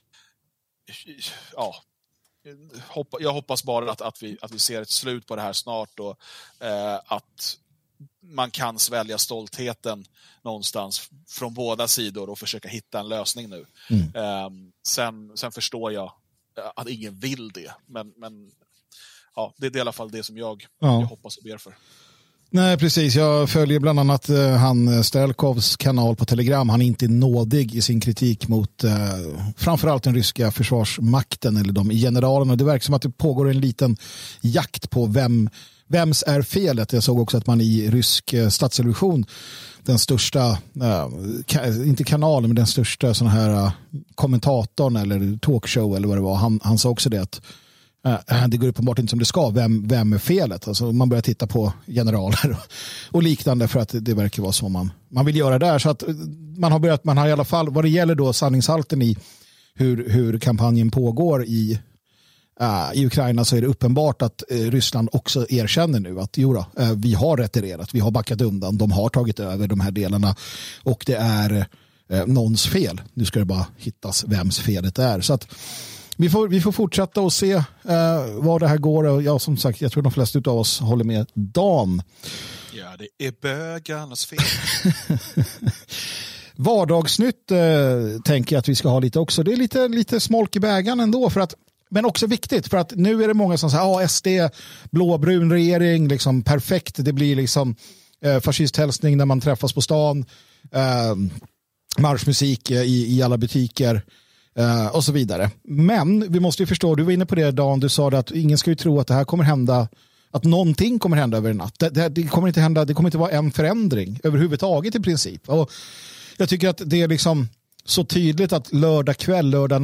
ja, jag hoppas bara att vi ser ett slut på det här snart och att man kan svälja stoltheten någonstans från båda sidor och försöka hitta en lösning nu. Sen förstår jag att ingen vill det, men ja, det är i alla fall det som jag hoppas och ber för. Nej, precis. Jag följer bland annat han Stelkovs kanal på Telegram. Han är inte nådig i sin kritik mot framförallt den ryska försvarsmakten eller de generalerna. Det verkar som att det pågår en liten jakt på vems är felet. Jag såg också att man i rysk statstelevision, den största, inte kanalen, men den största sån här kommentatorn eller talkshow eller vad det var, han sa också det att det går uppenbart inte som det ska. Vem är felet? Alltså man börjar titta på generaler och liknande för att det verkar vara så man vill göra där. Så att man har i alla fall, vad det gäller då sanningshalten i hur kampanjen pågår i Ukraina, så är det uppenbart att Ryssland också erkänner nu att vi har retirerat, vi har backat undan, de har tagit över de här delarna och det är någons fel. Nu ska det bara hittas vems felet är. Så att vi får fortsätta och se vad det här går. Och ja, som sagt, jag tror de flesta av oss håller med Dan. Ja, det är bögarnas fel. Vardagsnytt tänker jag att vi ska ha lite också. Det är lite smolk i bägaren ändå, men också viktigt för att nu är det många som säger SD, blåbrun regering, liksom perfekt. Det blir liksom fascisthälsning när man träffas på stan, marschmusik i alla butiker. Och så vidare. Men vi måste ju förstå, du var inne på det Dan, du sa det att ingen ska ju tro att det här kommer hända, att någonting kommer hända över en natt. Det kommer inte hända, det kommer inte vara en förändring överhuvudtaget i princip. Och jag tycker att det är liksom så tydligt att lördag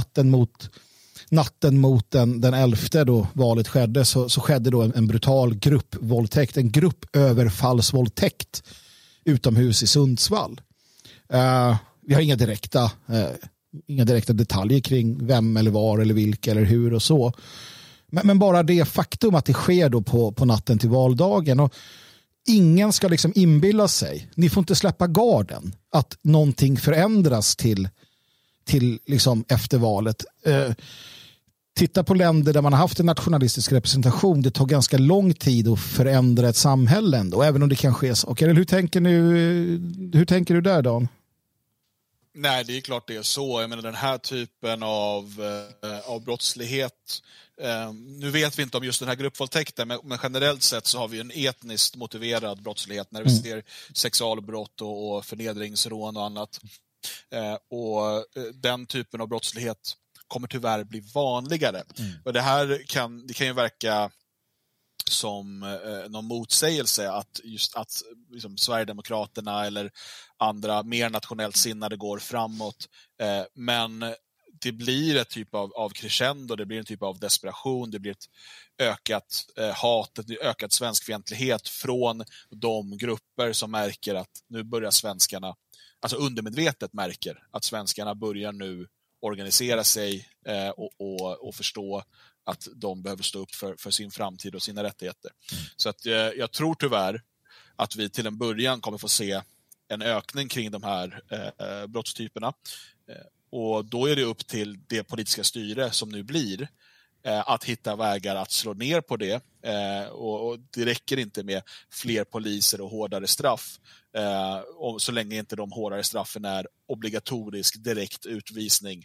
natten mot den 11 då valet skedde, så skedde då en brutal gruppvåldtäkt, en gruppöverfallsvåldtäkt utomhus i Sundsvall. Vi har inga direkta detaljer kring vem eller var eller vilka eller hur och så. Men bara det faktum att det sker då på natten till valdagen, och ingen ska liksom inbilla sig, ni får inte släppa garden, att någonting förändras till liksom efter valet. Titta på länder där man har haft en nationalistisk representation, det tar ganska lång tid att förändra ett samhälle ändå, även om det kan ske saker. Eller hur tänker du där, Dan? Nej, det är klart det är så. Jag menar, den här typen av brottslighet, nu vet vi inte om just den här gruppvåldtäkten, men generellt sett så har vi en etniskt motiverad brottslighet när vi ser sexualbrott och förnedringsrån och annat. Och den typen av brottslighet kommer tyvärr bli vanligare. Och det här kan ju verka som någon motsägelse att liksom Sverigedemokraterna eller andra mer nationellt sinnade går framåt, men det blir ett typ av crescendo, det blir en typ av desperation, det blir ett ökat hat, ett ökat svenskfientlighet från de grupper som märker att nu börjar svenskarna, alltså undermedvetet märker att svenskarna börjar nu organisera sig och förstå att de behöver stå upp för sin framtid och sina rättigheter. Så att jag tror tyvärr att vi till en början kommer få se en ökning kring de här brottstyperna. Och då är det upp till det politiska styre som nu blir att hitta vägar att slå ner på det. Och det räcker inte med fler poliser och hårdare straff. Och så länge inte de hårdare straffen är obligatorisk direkt utvisning.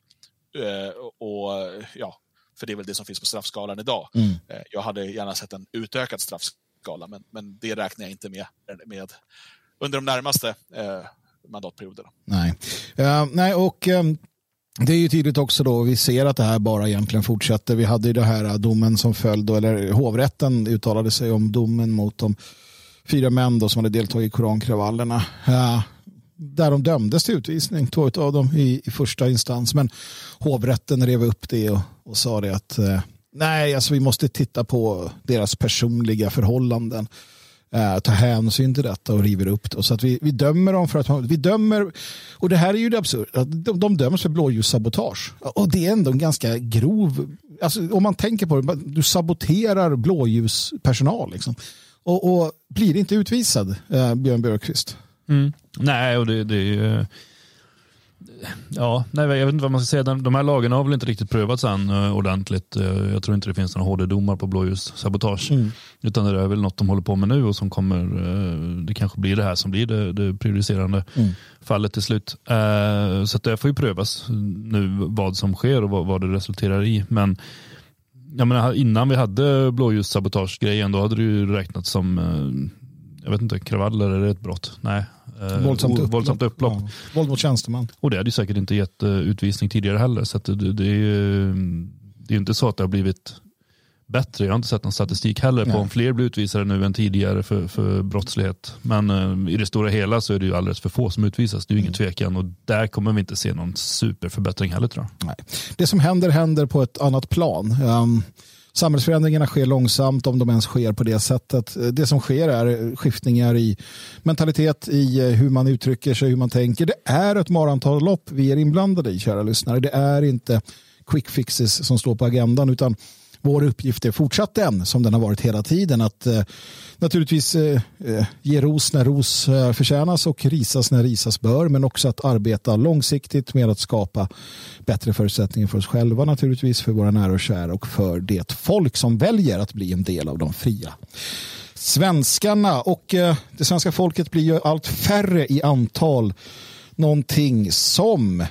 För det är väl det som finns på straffskalan idag. Jag hade gärna sett en utökad straffskala, men det räknar jag inte med under de närmaste mandatperioderna. Nej, och det är ju tydligt också då, vi ser att det här bara egentligen fortsätter. Vi hade ju det här domen som föll då, eller hovrätten uttalade sig om domen mot de 4 män då som hade deltagit i korankravallerna. där de dömdes till utvisning, 2 av dem i första instans. Men hovrätten rev upp det och sa det att nej, alltså vi måste titta på deras personliga förhållanden. Ta hänsyn till detta och river upp det. Så att vi dömer dem för att vi dömer, och det här är ju det absurda, de döms för blåljussabotage. Och det är ändå en ganska grov, alltså om man tänker på det, du saboterar blåljuspersonal liksom. Och blir inte utvisad, Björn Björkqvist. Nej, och det är ja, nej, jag vet inte vad man ska säga. De här lagarna har väl inte riktigt prövats än ordentligt. Jag tror inte det finns några HD-domar på blåljussabotage. Utan det är väl något de håller på med nu och som kommer, det kanske blir det här som blir det prejudicerande fallet till slut. Så att det får ju prövas nu vad som sker och vad det resulterar i. Men jag menar, innan vi hade blåljussabotage-grejen, då hade det ju räknats som jag vet inte, kravaller, är det ett brott? Nej. Våldsamt upplopp. Ja. Våld mot tjänsteman. Och det hade ju säkert inte gett utvisning tidigare heller. Så att det är ju inte så att det har blivit bättre. Jag har inte sett någon statistik heller på om fler blir utvisade nu än tidigare för brottslighet. Men i det stora hela så är det ju alldeles för få som utvisas. Det är ju ingen tvekan. Och där kommer vi inte se någon superförbättring heller, tror jag. Nej. Det som händer på ett annat plan. Samhällsförändringarna sker långsamt, om de ens sker på det sättet. Det som sker är skiftningar i mentalitet, i hur man uttrycker sig, hur man tänker. Det är ett maratonlopp vi är inblandade i, kära lyssnare. Det är inte quick fixes som står på agendan, utan vår uppgift är fortsatt den som den har varit hela tiden. Att naturligtvis ge ros när ros förtjänas och risas när risas bör, men också att arbeta långsiktigt med att skapa bättre förutsättningar för oss själva, naturligtvis för våra nära och kära och för det folk som väljer att bli en del av de fria svenskarna. Och det svenska folket blir ju allt färre i antal. Någonting som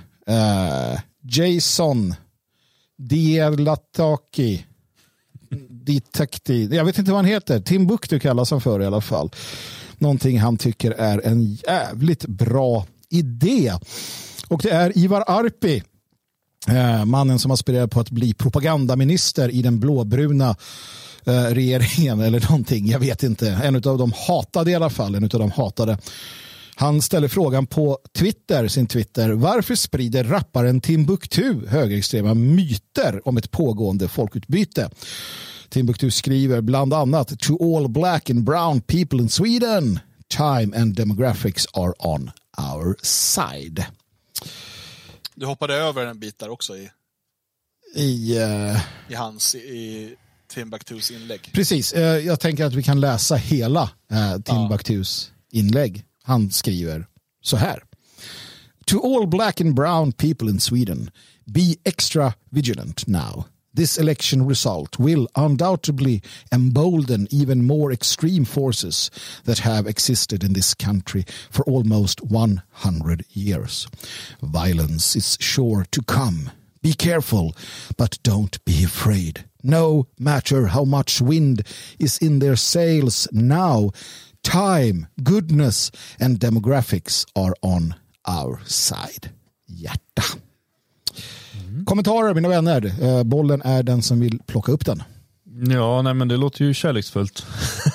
Jason Dielataki Detective, jag vet inte vad han heter, Timbuktu kallas han för i alla fall. Någonting han tycker är en jävligt bra idé. Och det är Ivar Arpi, mannen som aspirerar på att bli propagandaminister i den blåbruna regeringen eller någonting, jag vet inte. En av de hatade i alla fall, en av de hatade. Han ställer frågan på sin Twitter. Varför sprider rapparen Timbuktu högerextrema myter om ett pågående folkutbyte? Timbuktu skriver bland annat: To all black and brown people in Sweden, time and demographics are on our side. Du hoppade över en bit där också i Timbuktus inlägg. Precis, jag tänker att vi kan läsa hela Timbuktus inlägg. Han skriver så här: To all black and brown people in Sweden, be extra vigilant now. This election result will undoubtedly embolden even more extreme forces that have existed in this country for almost 100 years. Violence is sure to come. Be careful, but don't be afraid. No matter how much wind is in their sails now, time, goodness and demographics are on our side. Hjärta. Kommentarer, mina vänner. Bollen är den som vill plocka upp den. Ja, nej, men det låter ju kärleksfullt.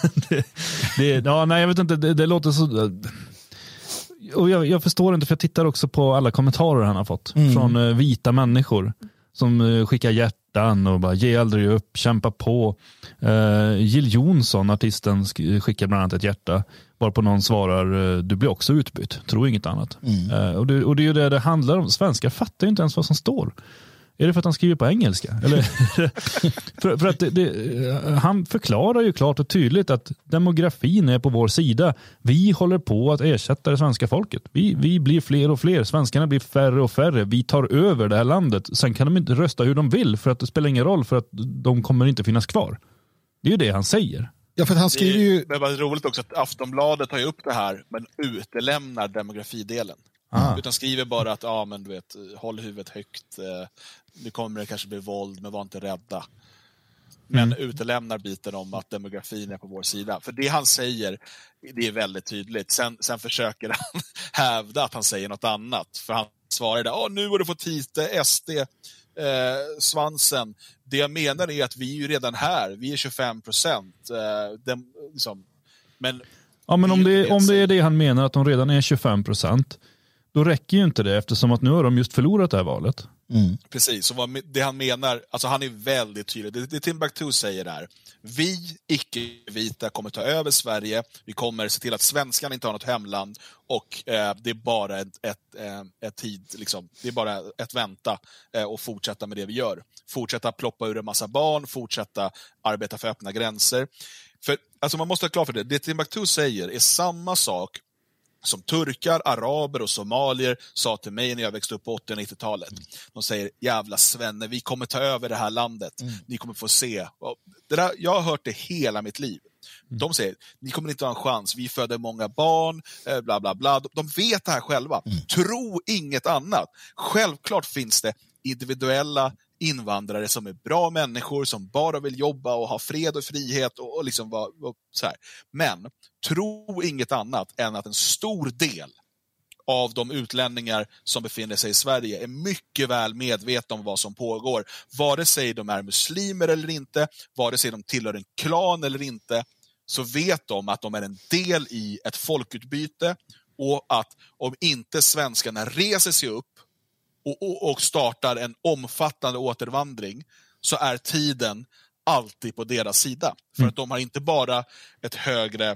Jag vet inte, det låter så... Och jag förstår inte, för jag tittar också på alla kommentarer han har fått från vita människor som skickar hjärtan och bara ge aldrig upp, kämpa på. Jill Johnson, artisten, skickar bland annat ett hjärta varpå någon svarar: du blir också utbytt, tror inget annat. Och det är ju det handlar om. Svenskar fattar ju inte ens vad som står. Är det för att han skriver på engelska? Eller? för att han förklarar ju klart och tydligt att demografin är på vår sida. Vi håller på att ersätta det svenska folket. Vi blir fler och fler. Svenskarna blir färre och färre. Vi tar över det här landet. Sen kan de inte rösta hur de vill, för att det spelar ingen roll, för att de kommer inte finnas kvar. Det är ju det han säger. Ja, för han skriver ju... Det var roligt också att Aftonbladet tar ju upp det här, men utelämnar demografidelen. Utan skriver bara att men du vet, håll huvudet högt, nu kommer det kanske bli våld, men var inte rädda. Men utelämnar biten om att demografin är på vår sida. För det han säger, det är väldigt tydligt. Sen försöker han hävda att han säger något annat. För han svarar där: nu har du fått hit SD svansen. Det jag menar är att vi är ju redan här. Vi är 25%. Men Ja, men om det är det han menar, att de redan är 25%, då räcker ju inte det, eftersom att nu har de just förlorat det här valet. Precis, och det han menar, alltså han är väldigt tydlig. Det Timbuktu säger är: vi icke-vita kommer ta över Sverige, vi kommer se till att svenskarna inte har något hemland, och det är bara ett tid, liksom. Det är bara ett vänta och fortsätta med det vi gör. Fortsätta ploppa ur en massa barn, fortsätta arbeta för öppna gränser. För alltså man måste ha klart för det Timbuktu säger är samma sak som turkar, araber och somalier sa till mig när jag växte upp på 80- och 90-talet. De säger: jävla svenne, vi kommer ta över det här landet. Ni kommer få se. Det där, jag har hört det hela mitt liv. De säger: ni kommer inte ha en chans, vi föder många barn, bla bla bla. De vet det här själva. Tro inget annat. Självklart finns det individuella invandrare som är bra människor, som bara vill jobba och ha fred och frihet och liksom vara så här. Men tro inget annat än att en stor del av de utlänningar som befinner sig i Sverige är mycket väl medvetna om vad som pågår. Vare sig de är muslimer eller inte, vare sig de tillhör en klan eller inte, så vet de att de är en del i ett folkutbyte, och att om inte svenskarna reser sig upp och startar en omfattande återvandring, så är tiden alltid på deras sida. För att de har inte bara ett högre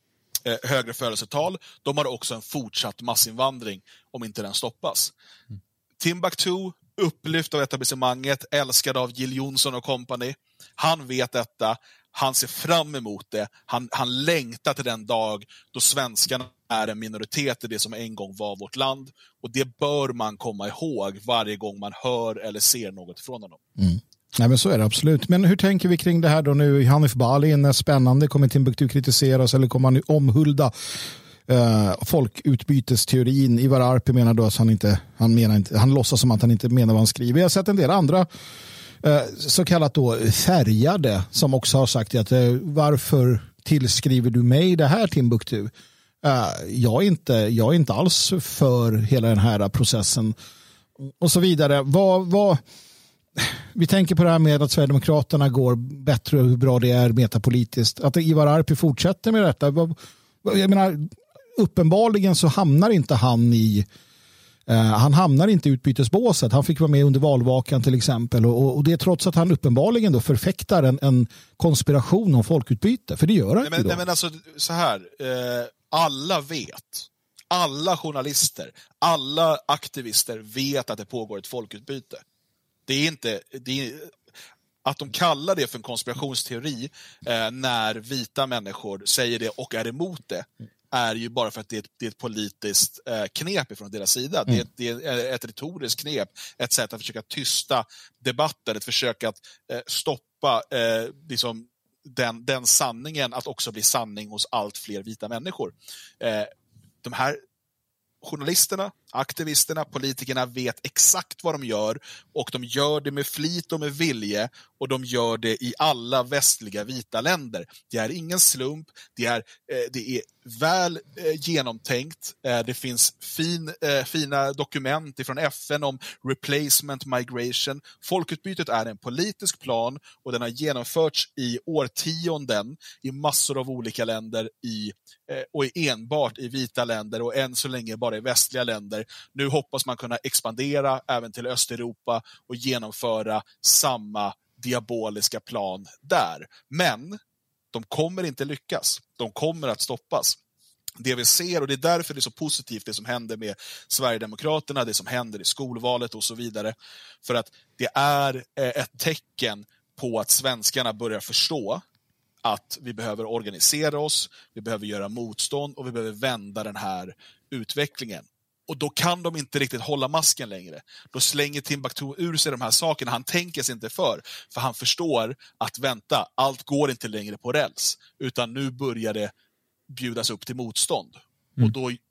födelsetal, de har också en fortsatt massinvandring om inte den stoppas. Timbuktu, upplyft av etablissemanget, älskad av Jill Johnson och company. Han vet detta, han ser fram emot det, han längtar till den dag då svenskarna är en minoritet i det som en gång var vårt land, och det bör man komma ihåg varje gång man hör eller ser något från honom. Nej, men så är det absolut. Men hur tänker vi kring det här då nu? Hanif Bali är spännande. Kommer Timbuktu kritiseras, eller kommer han omhulda folkutbytesteorin? Ivar Arpi menar då att han låtsas som att han inte menar vad han skriver. Jag har sett en del andra så kallat då färgade som också har sagt att varför tillskriver du mig det här, Timbuktu? Jag är inte alls för hela den här processen och så vidare. Vi tänker på det här med att Sverigedemokraterna går bättre och hur bra det är metapolitiskt. Att Ivar Arpi fortsätter med detta. Jag menar, uppenbarligen så hamnar inte han hamnar inte i utbytesbåset. Han fick vara med under valvakan till exempel. Och det är trots att han uppenbarligen då förfäktar en konspiration om folkutbyte. För det gör han inte då. Nej, men alltså så här. Alla vet. Alla journalister, alla aktivister vet att det pågår ett folkutbyte. Att de kallar det för en konspirationsteori när vita människor säger det och är emot det, är ju bara för att det är ett politiskt knep från deras sida. Det är ett retoriskt knep, ett sätt att försöka tysta debatter, ett försök att stoppa liksom den sanningen att också bli sanning hos allt fler vita människor. De här journalisterna, aktivisterna, politikerna vet exakt vad de gör, och de gör det med flit och med vilje, och de gör det i alla västliga vita länder. Det är ingen slump, det är väl genomtänkt. Det finns fina dokument från FN om replacement migration. Folkutbytet är en politisk plan, och den har genomförts i årtionden i massor av olika länder och enbart i vita länder, och än så länge bara i västliga länder. Nu hoppas man kunna expandera även till Östeuropa och genomföra samma diaboliska plan där. Men de kommer inte lyckas. De kommer att stoppas. Det vi ser, och det är därför det är så positivt det som händer med Sverigedemokraterna, det som händer i skolvalet och så vidare. För att det är ett tecken på att svenskarna börjar förstå att vi behöver organisera oss, vi behöver göra motstånd och vi behöver vända den här utvecklingen. Och då kan de inte riktigt hålla masken längre. Då slänger Timbuktu ur sig de här sakerna. Han tänker sig inte för han förstår att vänta, allt går inte längre på räls, utan nu börjar det bjudas upp till motstånd. Och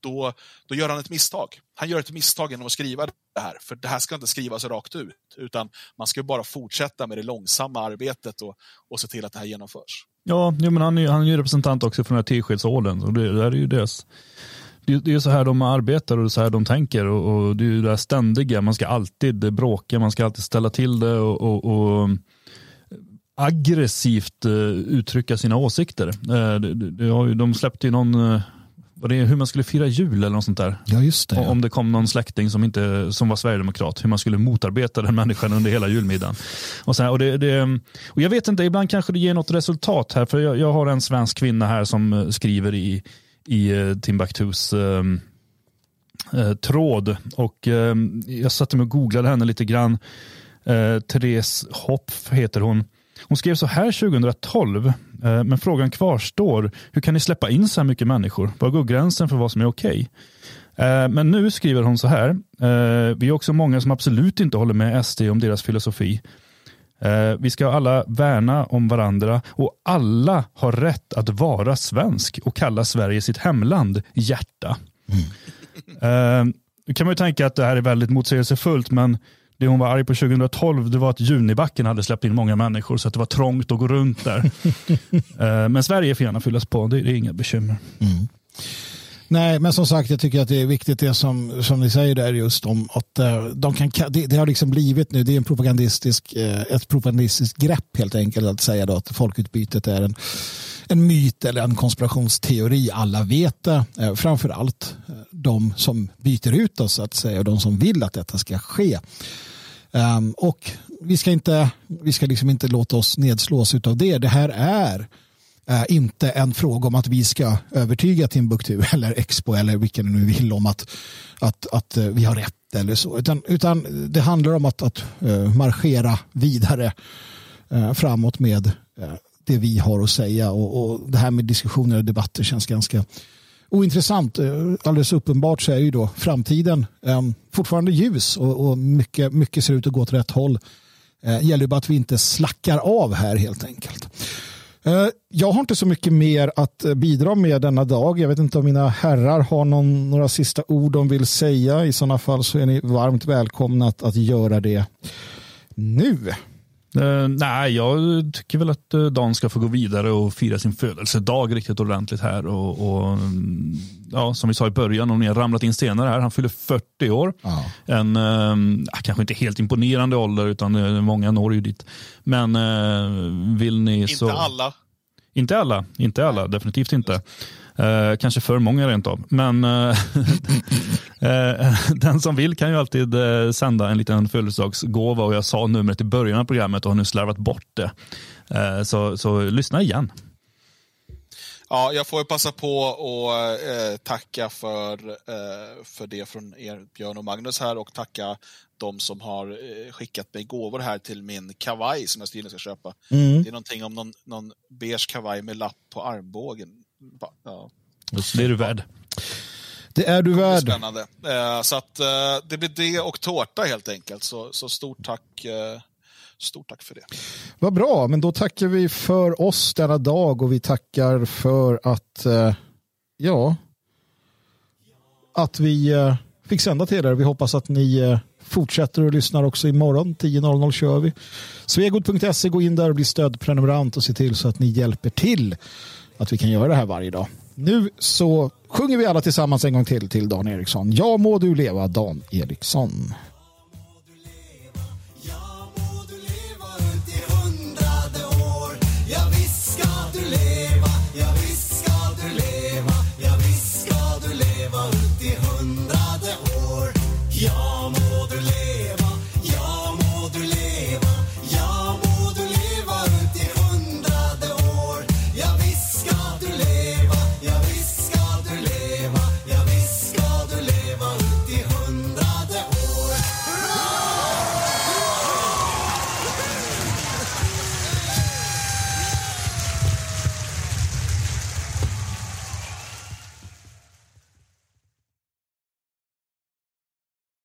då gör han ett misstag. Han gör ett misstag genom att skriva det här. För det här ska inte skrivas rakt ut, utan man ska bara fortsätta med det långsamma arbetet och se till att det här genomförs. Ja, men han är ju representant också från den här Teskedsorden, och det är ju deras. Det är så här de arbetar och så här de tänker, och det är ju det här ständiga, man ska alltid bråka, man ska alltid ställa till det, och aggressivt uttrycka sina åsikter. De släppte ju någon... hur man skulle fira jul eller något sånt där. Ja, just det. Om det kom någon släkting som var sverigedemokrat, hur man skulle motarbeta den människan under hela julmiddagen. Och jag vet inte, ibland kanske det ger något resultat här, för jag har en svensk kvinna här som skriver i Timbuktus tråd, och jag satte mig och googlade henne lite grann. Therese Hopf heter hon. Hon skrev så här 2012, men frågan kvarstår. Hur kan ni släppa in så här mycket människor? Var går gränsen för vad som är okej? Men nu skriver hon så här. Vi är också många som absolut inte håller med SD om deras filosofi. Vi ska alla värna om varandra, och alla har rätt att vara svensk och kalla Sverige sitt hemland, hjärta. Nu kan man ju tänka att det här är väldigt motsägelsefullt, men det hon var arg på 2012, det var att Junibacken hade släppt in många människor så att det var trångt att gå runt där. Men Sverige får gärna fyllas på, det är inga bekymmer. Mm. Nej, men som sagt, jag tycker att det är viktigt det som ni säger där, just om att det har liksom blivit nu, det är ett propagandistiskt grepp helt enkelt att säga då att folkutbytet är en myt eller en konspirationsteori. Alla vet det, framförallt de som byter ut oss, att säga, och de som vill att detta ska ske. Och vi ska liksom inte låta oss nedslås utav det. Det här är inte en fråga om att vi ska övertyga Timbuktu eller Expo eller vilken nu vill om att vi har rätt eller så. Utan det handlar om att marschera vidare framåt med det vi har att säga. Och det här med diskussioner och debatter känns ganska ointressant. Alldeles uppenbart så är ju då framtiden fortfarande ljus och mycket ser ut att gå åt rätt håll. Gäller bara att vi inte slackar av här helt enkelt. Jag har inte så mycket mer att bidra med denna dag. Jag vet inte om mina herrar har några sista ord de vill säga. I sådana fall så är ni varmt välkomna att göra det nu. Nej, jag tycker väl att Dan ska få gå vidare och fira sin födelsedag riktigt ordentligt här. Och ja, som vi sa i början, om ni har ramlat in senare här, han fyller 40 år. Ja. En kanske inte helt imponerande ålder, utan många når ju dit. Men vill ni inte så... alla. Inte alla, definitivt inte. Kanske för många rent av. Men den som vill kan ju alltid sända en liten födelsedagsgåva, och jag sa numret i början av programmet och har nu slarvat bort det. Så lyssna igen. Ja, jag får ju passa på och tacka för det från er, Björn och Magnus här, och tacka de som har skickat mig gåvor här till min kavaj som jag tydligen ska köpa. Det är någonting om någon beige kavaj med lapp på armbågen. Ja. Det är du värd. Det är du värd. Spännande. Så att det blir det och tårta helt enkelt. Så stort tack för det. Vad bra, men då tackar vi för oss denna dag, och vi tackar för att vi fick sända till er. Vi hoppas att ni fortsätter och lyssnar också imorgon. 10.00 kör vi. Svegot.se, gå in där och bli stödprenumerant och se till så att ni hjälper till att vi kan göra det här varje dag. Nu så sjunger vi alla tillsammans en gång till Dan Eriksson. Ja, må du leva, Dan Eriksson.